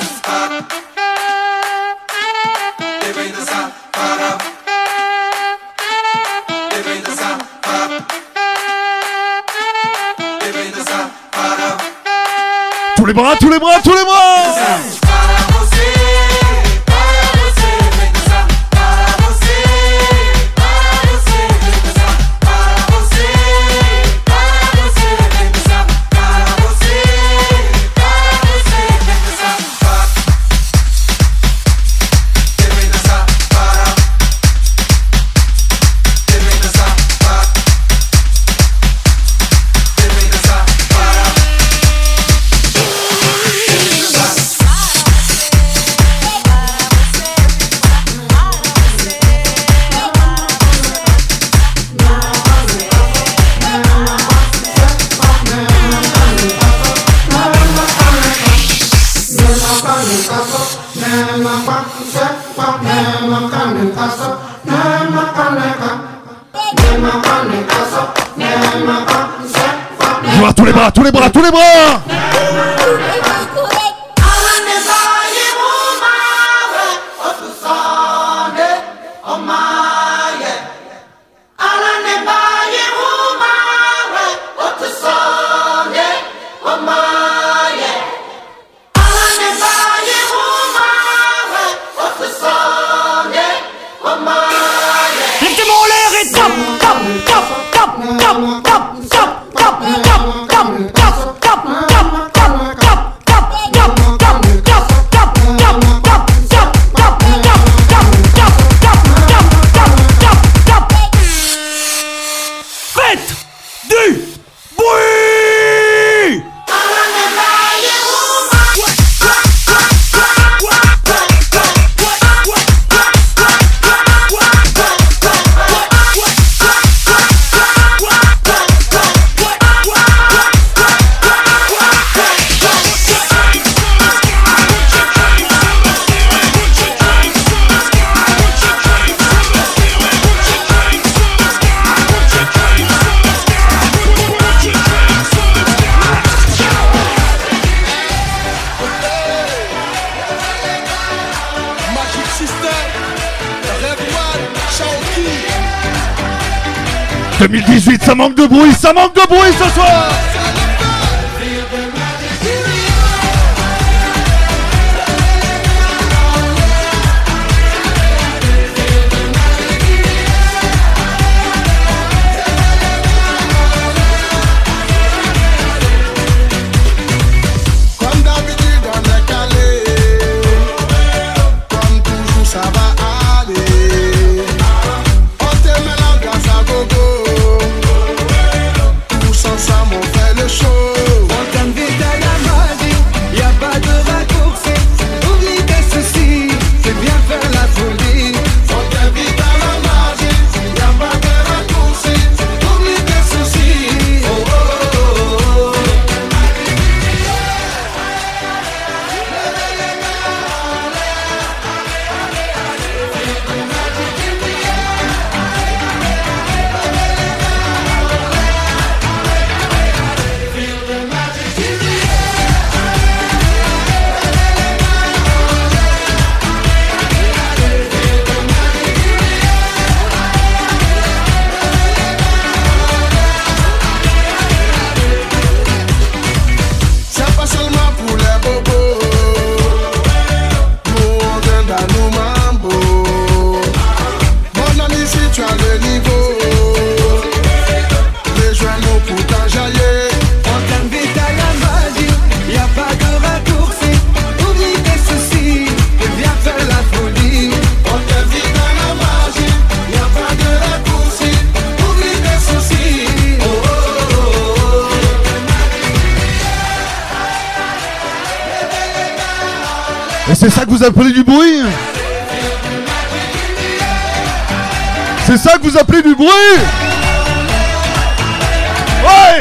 Vem dançar, para. Vem dançar, para. Vem dançar, para. Tous les bras, tous les bras, tous les bras. Para você, para você, vem dançar. Para você, para você, vem dançar. Para você, para você, vem dançar. Para você, para você, vem dançar. Vem dançar, para. Vem dançar, para. Vem dançar, para. Joie, tous les bras, tous les bras, tous les bras. Mettez-moi en l'air et top, top, top, top, top, top, top, top, top, top, top, top, top, top, top, deux mille dix-huit, ça manque de bruit, ça manque de bruit ce soir. C'est ça que vous appelez du bruit? C'est ça que vous appelez du bruit? Ouais!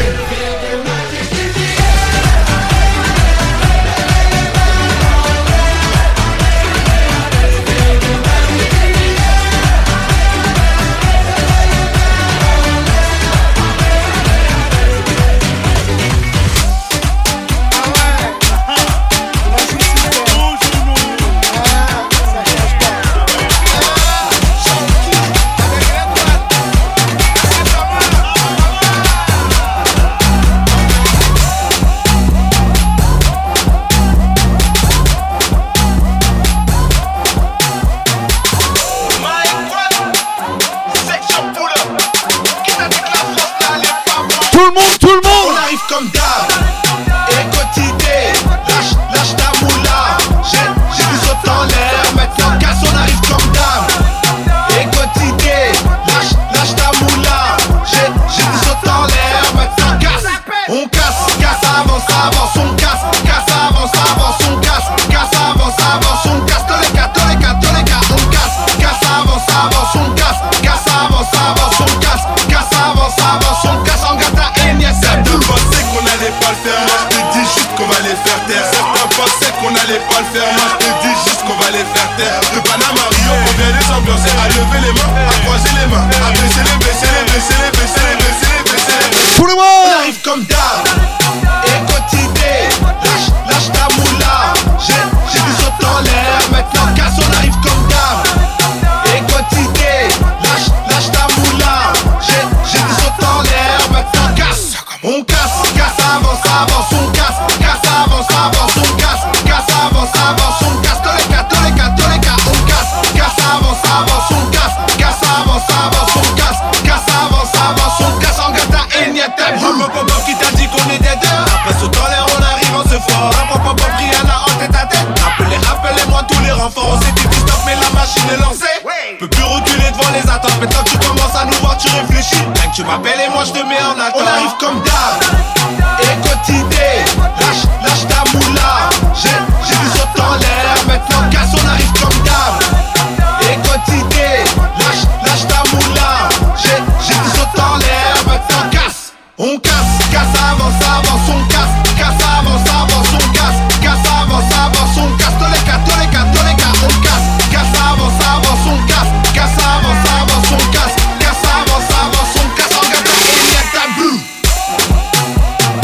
Tu m'appelles et moi je te mets en attente. On arrive comme d'hab. Écotidé, lâche, lâche ta moula. J'ai, j'ai du saut en l'air, maintenant casse, on arrive comme d'hab. Écotidé, lâche, lâche ta moula. J'ai, j'ai du saut en l'air, maintenant casse. On casse, casse, avance, avance, on casse. Casse, avance, avance, on casse. Casse, avance, avance, on casse. Tous les cas, tous les cas, tous les cas, on casse. Casse, avance, avance, on casse. Casse, avance, avance, on casse. Casse, avance, avance, on casse. On casse, il y a tabou.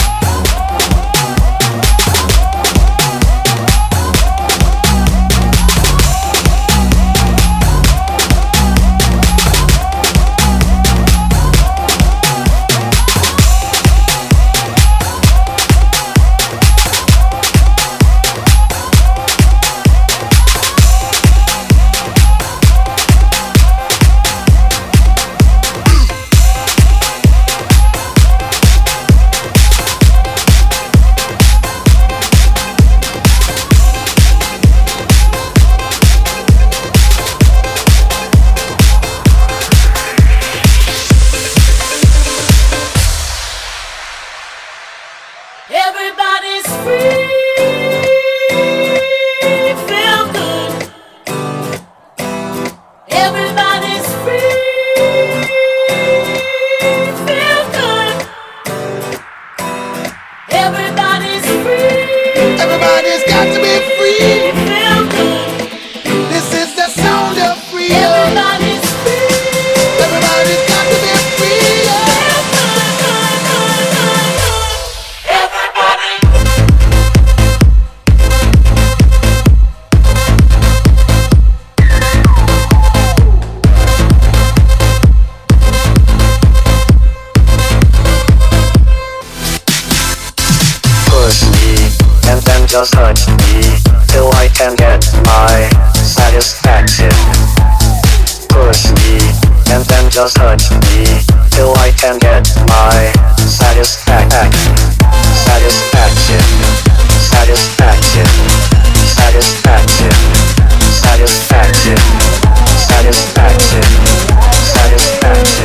just touch me till I can get my satisfaction. Satisfaction. Satisfaction. Satisfaction. Satisfaction. Satisfaction. Satisfaction.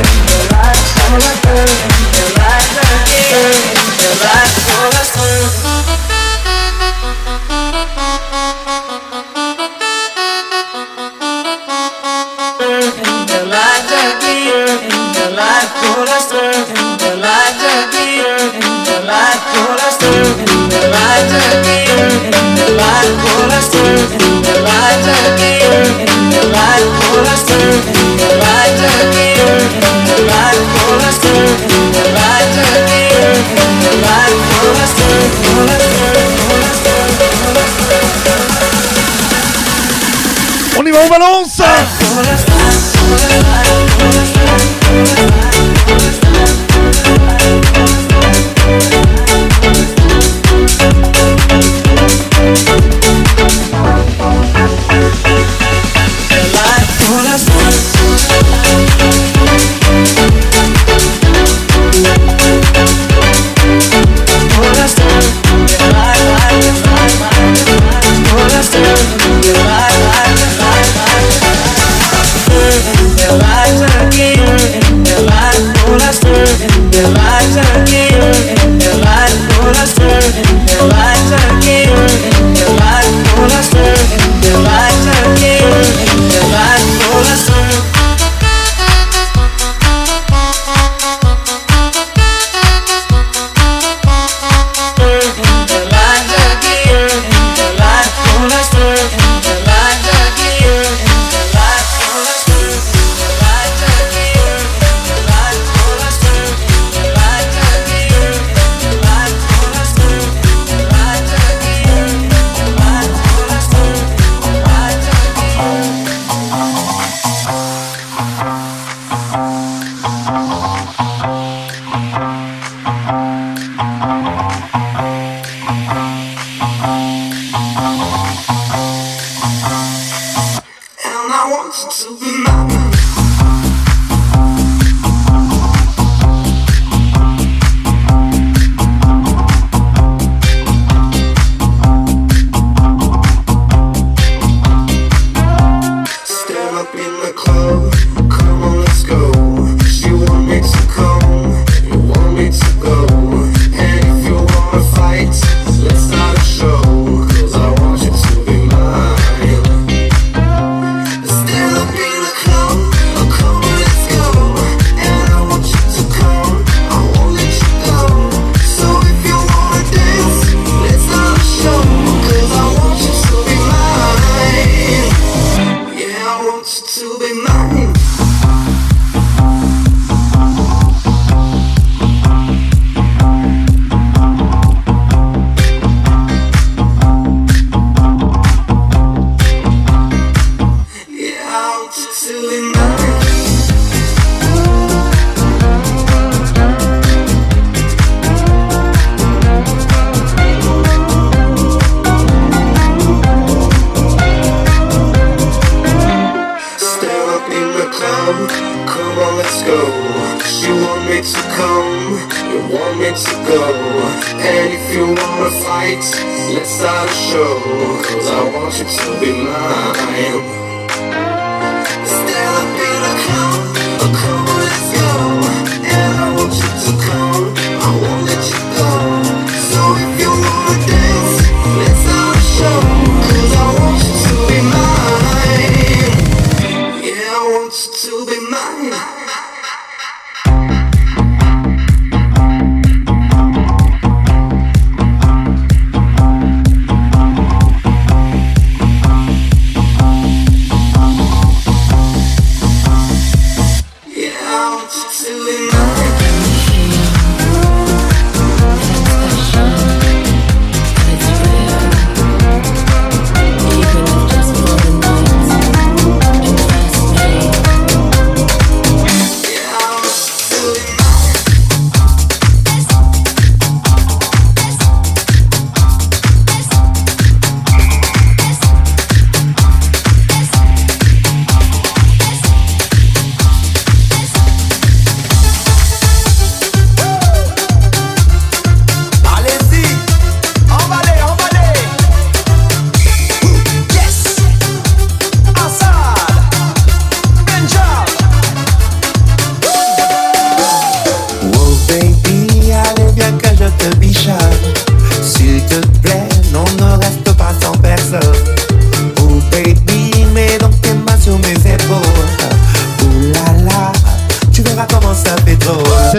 On y va, on balance.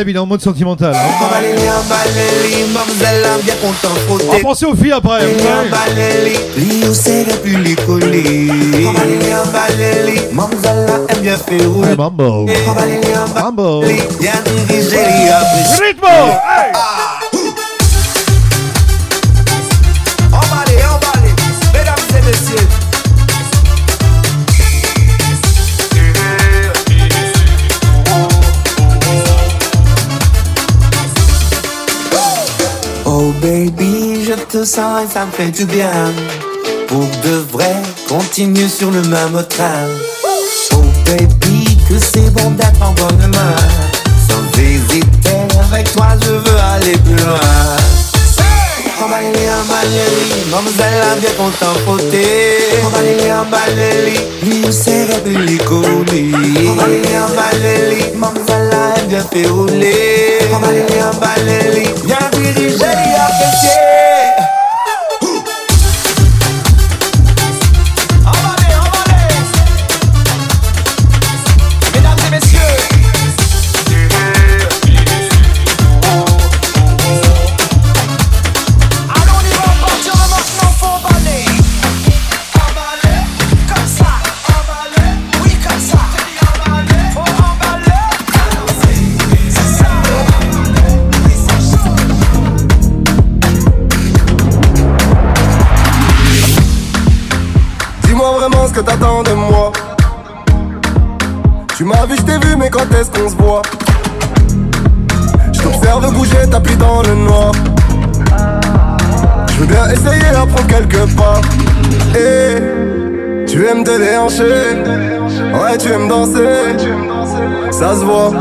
il est en mode sentimental. Hein. On va penser aux filles après. Ouais. Ouais, mambo. Mambo. Ritmo. Hey. Emballez, emballez, mesdames et messieurs. Oh baby, je te sens et ça me fait du bien. Pour de vrai, continue sur le même train. Oh baby, que c'est bon d'être en bonne main. Sans hésiter, avec toi je veux aller plus loin. Emballez, emballez, mademoiselle a bien content frotter. Emballez, emballez, lui ou c'est républicoli. Emballez, emballez, mademoiselle a bien fait rouler. Emballez, emballez, bien dirigé et apprécié. Emballez, emballez, mesdames et messieurs. Ce que t'attends de moi. Tu m'as vu, je t'ai vu, mais quand est-ce qu'on se voit? Je t'observe bouger, tapis dans le noir. Je veux bien essayer d'apprendre quelques pas. Et tu aimes te déhancher. Ouais, tu aimes danser. Ça se voit.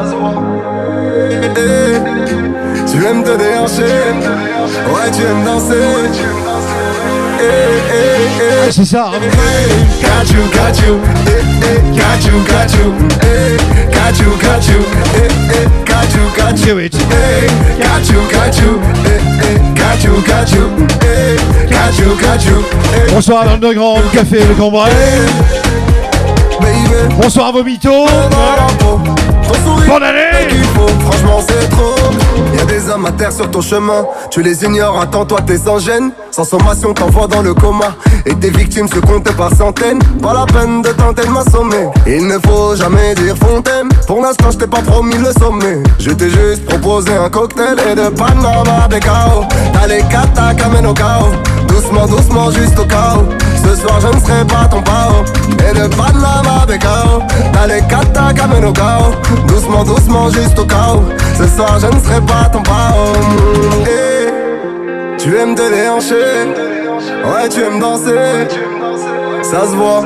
Et tu aimes te déhancher. Ouais, tu aimes danser. Eh, eh, eh. C'est ça. Hein. Got you, got you, eh, eh, got you, got you, eh, got you, got you, eh, eh, got you, got you, eh, got you, got you, eh, eh, got you, got you, eh, got you, got you, eh. Bonsoir à l'Underground, le café, le Cambrai. Bonsoir à vos mythos. Bonne année. Franchement c'est trop. Y'a des hommes à terre sur ton chemin. Tu les ignores, attends toi t'es sans gêne. Sans sommation t'envoies dans le coma. Et tes victimes se comptent par centaines. Pas la peine de tenter de m'assommer. Il ne faut jamais dire fontaine. Pour l'instant je t'ai pas promis le sommet. Je t'ai juste proposé un cocktail et de Panama Becao. T'as les katas qu'amène au chaos. Doucement, doucement, juste au chaos. Ce soir je ne serai pas ton pao. Et de Panama Becao. T'as les katas qu'amène au chaos. Doucement, doucement, juste au chaos. Ce soir je ne serai pas ton pao. Et tu aimes te déhancher. Ouais, tu aimes danser. Ça se voit.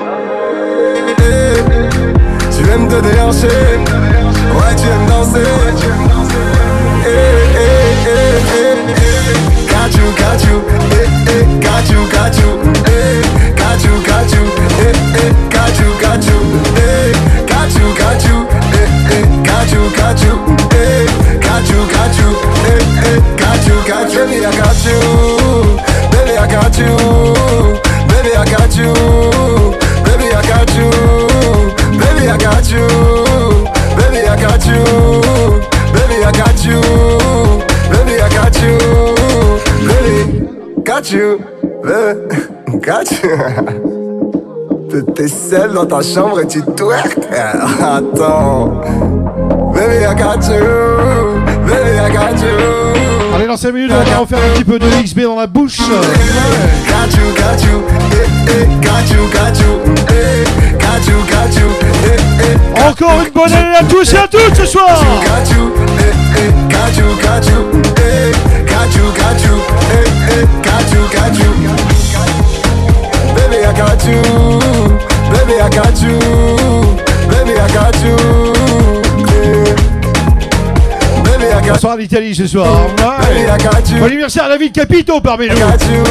Et tu aimes te déhancher. Ouais, tu aimes danser. Eh, eh, eh, eh, eh. Got you, got you, eh, eh, got you, got you, eh, got you, got you, eh, eh, got you, got you, eh, got you, got you, eh, eh, got you, got you, eh, got you, got you, eh, eh, got you, got you, baby I got you, baby I got you, baby I got you, baby I got you, baby I got you, baby I got you, baby I got you, baby I got you, baby got you, baby got you. T'es seul dans ta chambre et tu twerk. Attends, baby I got you, baby I got you. Allez, dans cinq minutes, on va refaire un petit peu de X B dans la bouche. Got you, got you, eh, eh, got you, got you, eh, got you, got you, eh, eh. Encore une bonne année à tous et à toutes ce soir. Got you, eh, eh, got you, got you, eh, got you, got you, eh, eh, got you, got you. Baby I got you, baby I got you, baby I got you, yeah. Baby I got you. Bonsoir l'Italie ce soir. Baby I got you. Bon anniversaire à David Capito parmi nous. I got you,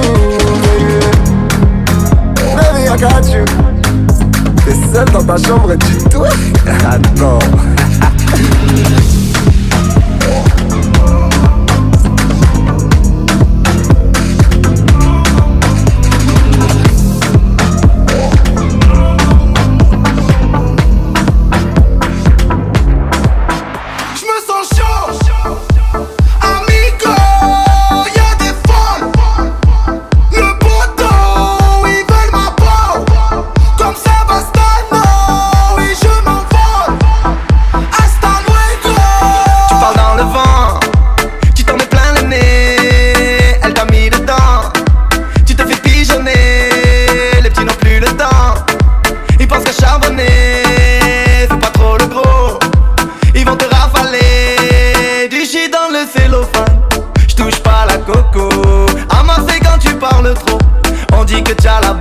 baby I got you. T'es seul dans ta chambre et tu twerk. Attends. Je me sens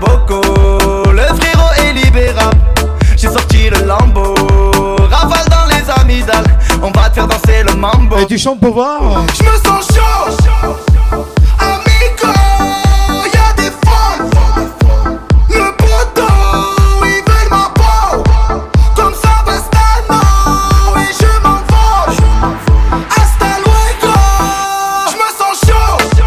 coco. Le frérot est libérable. J'ai sorti le Lambo. Rafale dans les amygdales. On va te faire danser le mambo. Et tu chantes pour voir? Je me sens chaud. Amigo, y'a des folles. Le poteau, ils veulent ma peau. Comme Savastano, et je m'envole. Hasta luego. Je me sens chaud.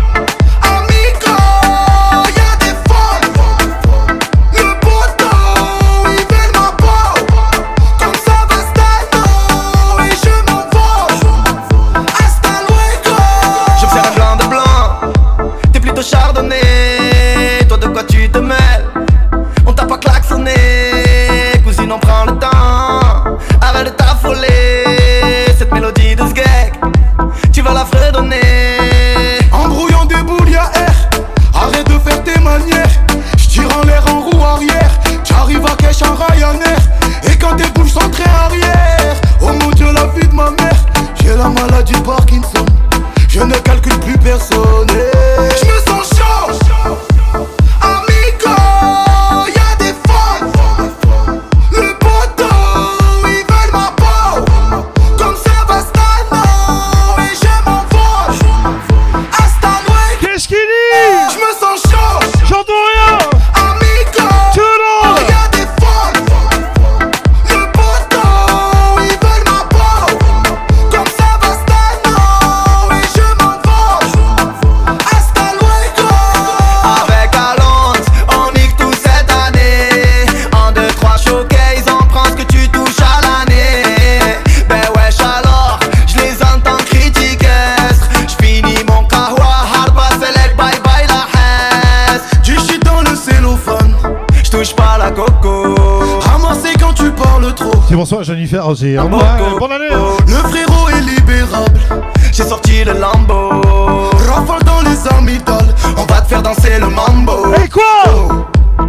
Amigo, y'a des folles. Le poteau, ils veulent ma peau. Comme Savastano, et je m'envole. Hasta luego. J'observe un blanc de blanc. T'es plutôt chardonnay. Toi de quoi tu te mêles? On t'a pas klaxonné. Cousine, on prend le temps. Arrête de t'affoler. Cette mélodie de sgeg, tu vas la fredonner. Embrouillant des boules, y'a air. Arrête de faire tes manières. J'tire en l'air en roue arrière. J'arrive à cache en Ryanair. Et quand tes bouches sont très arrière. Oh mon Dieu, la vie de ma mère. J'ai la maladie de Parkinson. Je ne calcule plus personne. Je me sens chaud. Amigo, y'a des folles. Le poteau, ils veulent ma peau. Comme Savastano, et je m'envole. Hasta luego. Qu'est-ce qu'il dit? Je me sens chaud. J'entends rien. Amigo, Tout le monde. y'a des folles. Le poteau, ils veulent ma peau. Comme Savastano, et je m'envole. Hasta luego. Avec Alonso, on nique tout cette année. En deux, trois showcase, on prend ce que tu touches à l'année. Ben wesh alors, je les entends critiquer. J'finis mon kahwa, hard bass, select, bye bye la haine. Du shit dans le cellophane. J'touche pas la coco. Ramassé quand tu parles trop. C'est bonsoir Jennifer aussi. Hein. Coco. Ouais, bonne année. Le frérot est libérable. J'ai sorti le Lambo. Rafale dans les amygdales. On va te faire danser le mambo. Et quoi?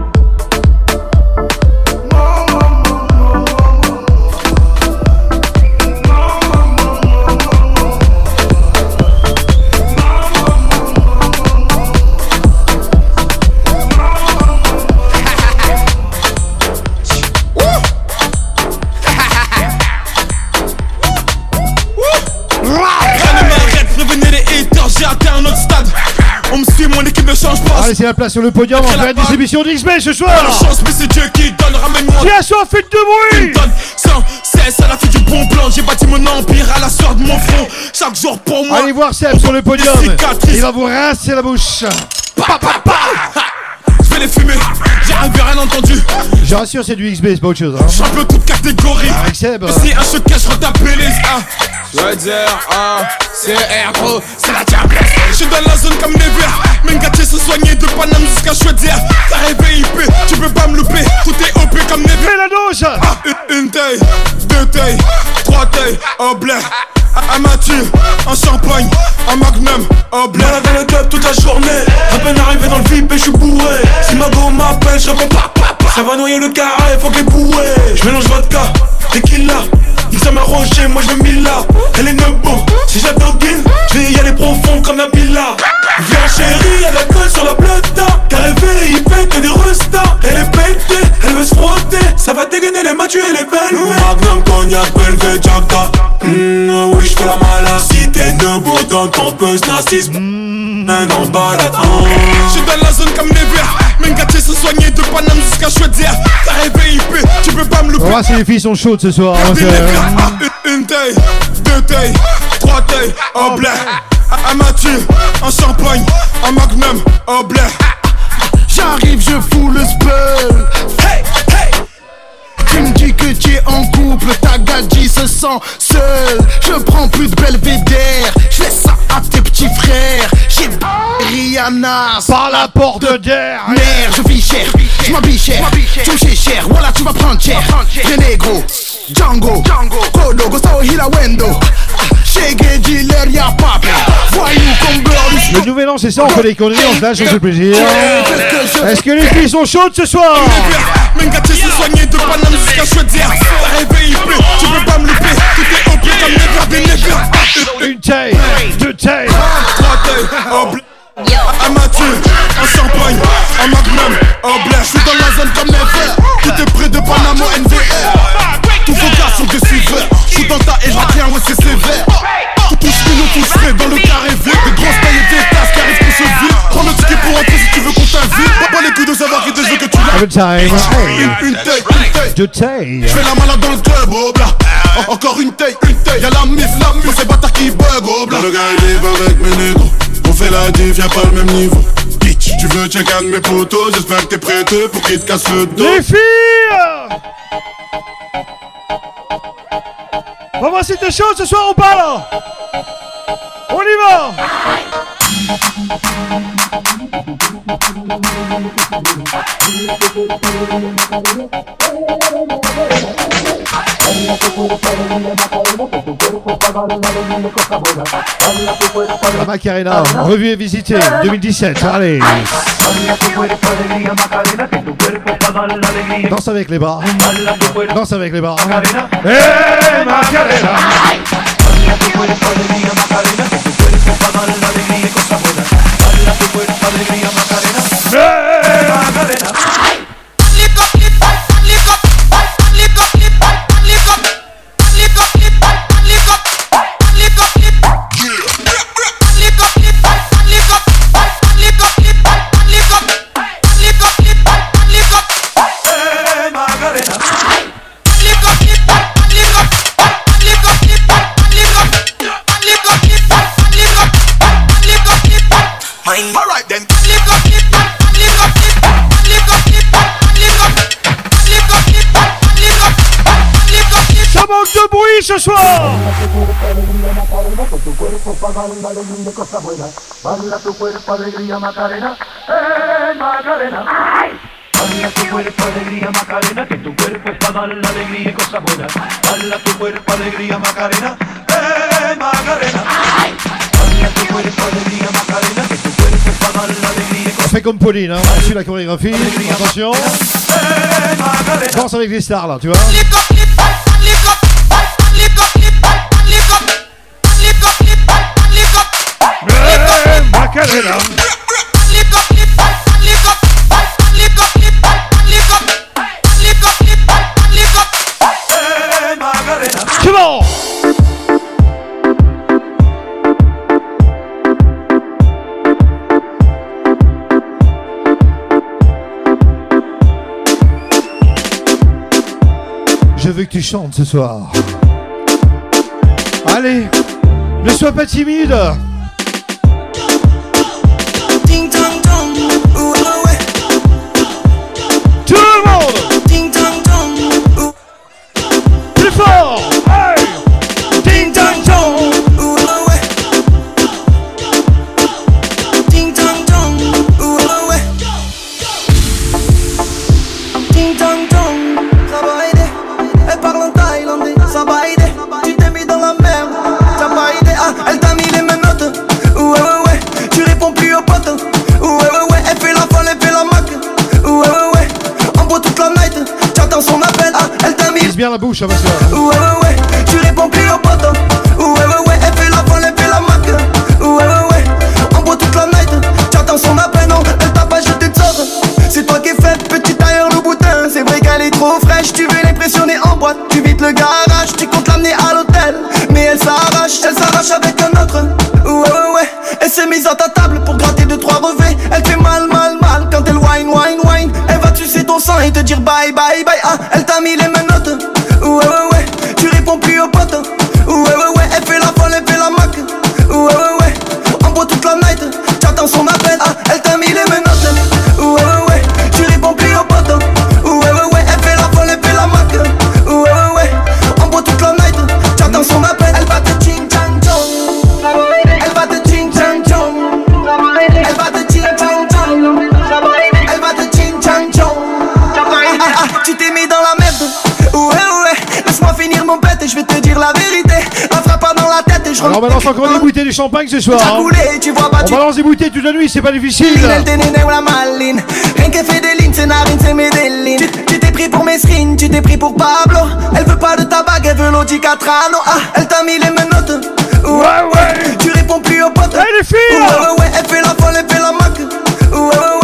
J'ai atteint un autre stade. On me suit, mon équipe ne change pas. Allez, c'est la place sur le podium. On fait la distribution d'X B ce soir. La chance, mais c'est Dieu qui donne. Ramène-moi. Qui a soif, faites de bruit. Donne sans cesse à la fille du bon plan. J'ai bâti mon empire à la sueur de mon front. Chaque jour pour moi. Allez voir Seb sur le podium. Il va vous rincer la bouche. Pa, pa, pa. Je vais les fumer. J'ai rien entendu. Je rassure, c'est du X B, c'est pas autre chose. Hein. Champion toute catégorie. Avec Seb. Si un se cache, retaper les A. Je veux dire, A, C, R, gros, c'est la diablesse. Je suis dans la zone comme Nevers. Même gâté se soigner de Paname jusqu'à Chouette-Dier. T'as rêvé I P, tu peux pas me louper. Tout est O P comme Nevers. Fais la dose. Ah, une, une taille, deux tailles, trois tailles, au blé. Un Mathieu, un champagne, un magnum, au blé. Malade dans le club toute la journée. À peine arrivé dans le V I P, je suis bourré. Si ma go m'appelle, je réponds pas, pas, pas. Ça va noyer le carré, faut qu'elle bourré. Je mélange vodka, tequila. Ils ça m'a roché, moi je veux mille là. Elle est nebo, si j'adoguine, je vais y aller profond comme Nabila. Viens chérie, elle a colle sur la plata. Car elle fait, il pète que des restas. Elle est pétée, elle veut se frotter. Ça va dégainer les matchs, elle est belle. Magnum, cognac, Belvé, Jacta. Mmh, oui, j'fais la malade. Si t'es nebo dans ton buzz narcissisme. Mmh, en balade. J'suis dans la zone comme Nevers. Même gâté se soigner de Paname jusqu'à Chouette-Dier. T'as rêvé I P, tu peux pas me louper. On va voir si les filles sont chaudes ce soir. Hein, une, une taille, deux tailles, trois tailles, au blé. Un Mathieu, un champagne, un magnum, au blé. J'arrive, je fous le spell. Hey, hey. Tu me dis que tu es en couple, ta gadji se sent seule. Je prends plus de belvédère, je laisse ça à tes petits frères. J'ai Rihanna par la porte d'air. Merde, je vis cher, je m'habille cher, touché cher, voilà tu vas prendre cher. Les négros, Django, Kodo, Gustavo Hilawendo, Shege, dealer, y'a pas voyou comme beurre. Le nouvel an c'est ça, on fait les conneries, on se lâche, on se fait plaisir. Est-ce que les filles sont chaudes ce soir? Même gâté se soigner de Paname jusqu'à Chouette-Dier. T'as rêvé I P, tu peux pas me louper. Tout est O P comme Nevers, des Nevers. Une taille, deux tailles, trois tailles, au blé. Un Mathieu, un champagne, un magnum, un blé. Je suis dans la zone comme Never. Tout est près de Panama N V R. Tous vos gars sont des suiveurs. Je suis dans ta et je retiens, ouais c'est sévère. Tout touche nous tous frais dans le carré vide. Des grosses tailles et des tasses qui arrivent qu'on se vide. Prends le ticket pour entrer si tu veux qu'on t'invite. Pas les couilles de savoir qui te veut que tu l'as. Every time, Une, une taille, une taille. de taille. Je fais la malade dans le club, oh bla. En- Encore une taille, une taille. Y'a la mif, la mif. Ces bâtards qui bug, oh bla. Le gars il est avec mes négros. On fait la diff, y'a pas le même niveau. Bitch, tu veux check un de mes potos. J'espère que t'es prêté pour qu'il te casse le dos. Les filles, on va voir si t'es chaud ce soir ou pas là. On y va. La Macarena, revue et visitée deux mille dix-sept, allez. Danse avec les bras. Danse avec les bras. Hey Macarena. Ça manque de bruit ce soir. Baila tu cuerpo, alegría, Macarena, que tu cuerpo es para dar la alegría y cosas buenas. Baila tu cuerpo, alegría, Macarena, eh, Macarena. Baila tu cuerpo, alegría, Macarena, que tu cuerpo es para dar la alegría y cosas buenas. On fait comme Pauline, hein. On suit la chorégraphie. Attention. Danse avec les stars là, tu vois. Eh, Macarena. Come on! Je veux que tu chantes ce soir. Allez, ne sois pas timide. Tout le monde! Plus fort! Hey! Ding dong dong! Ding dong dong, ouh ouais. Ding dong dong, ça va aider. Elle parle en thaïlandais, ça va aider. Tu t'es mis dans la merde, ça va aider. Ah, elle t'a mis les menottes, ouais ouais ouais. Tu réponds plus aux potes, ouais ouais ouais. Elle fait la folle, elle fait la mac, ouais ouais ouais. En boit toute la night, j'attends son appel. Ah, elle t'a mis. Lise bien la bouche, hein, monsieur. Ouais ouais ouais. Tu réponds plus aux potes, ouais ouais ouais. Elle fait la folle, elle fait la mac, ouais ouais ouais. En boit toute la night, j'attends son appel. Non, elle t'a pas jeté de sorte. C'est toi qui es faite, petit tailleur le boutin. C'est vrai qu'elle est trop fraîche, tu veux l'impressionner en boîte. Tu vides le garage, tu comptes l'amener à l'hôtel. Mais elle s'arrache, elle s'arrache avec un autre. Ouais ouais ouais. Elle s'est mise à ta table pour gratter deux trois revêts. Elle fait mal mal mal quand elle whine whine whine. Elle va sucer ton sang et te dire bye bye bye. Ah, elle t'a mis les menottes. Ouais ouais ouais. Tu réponds plus aux potes. Ouais ouais ouais. Elle fait la folle, elle fait la mac. Ouais ouais ouais. En boit toute la night, j'attends son appel. Ah, elle t'a mis les menottes. Ouais ouais ouais. Tu réponds plus aux potes. Ouais ouais ouais. Elle fait la folle, elle fait la mac. Ouais ouais ouais. En boit toute la night, j'attends son appel. Elle va te ching chang chong. Elle va te ching chang chong. Elle va te ching chang chong. Elle va te ching chang chong. Ah ah, tu t'es mis dans la merde. Ouais ouais. Laisse-moi finir mon pète et je vais te dire la vérité. La frappe pas dans la tête et je Alors on balance encore des bouteilles de champagne ce soir. Hein. Tu vois pas, on tu... balance des bouteilles toute la nuit, c'est pas difficile. Elle t'est néné ou la maline. Rien qu'elle fait des lignes, c'est narine, c'est Medellin. Tu, tu t'es pris pour Mesrine, tu t'es pris pour Pablo. Elle veut pas de ta bague, elle veut l'Audi Catrano. Ah, elle t'a mis les menottes. Ouais, ouais. Tu réponds plus aux potes. Hey les filles. Ouais, ouais, ouais, elle fait la folle, elle fait la mac. Ouais, ouais,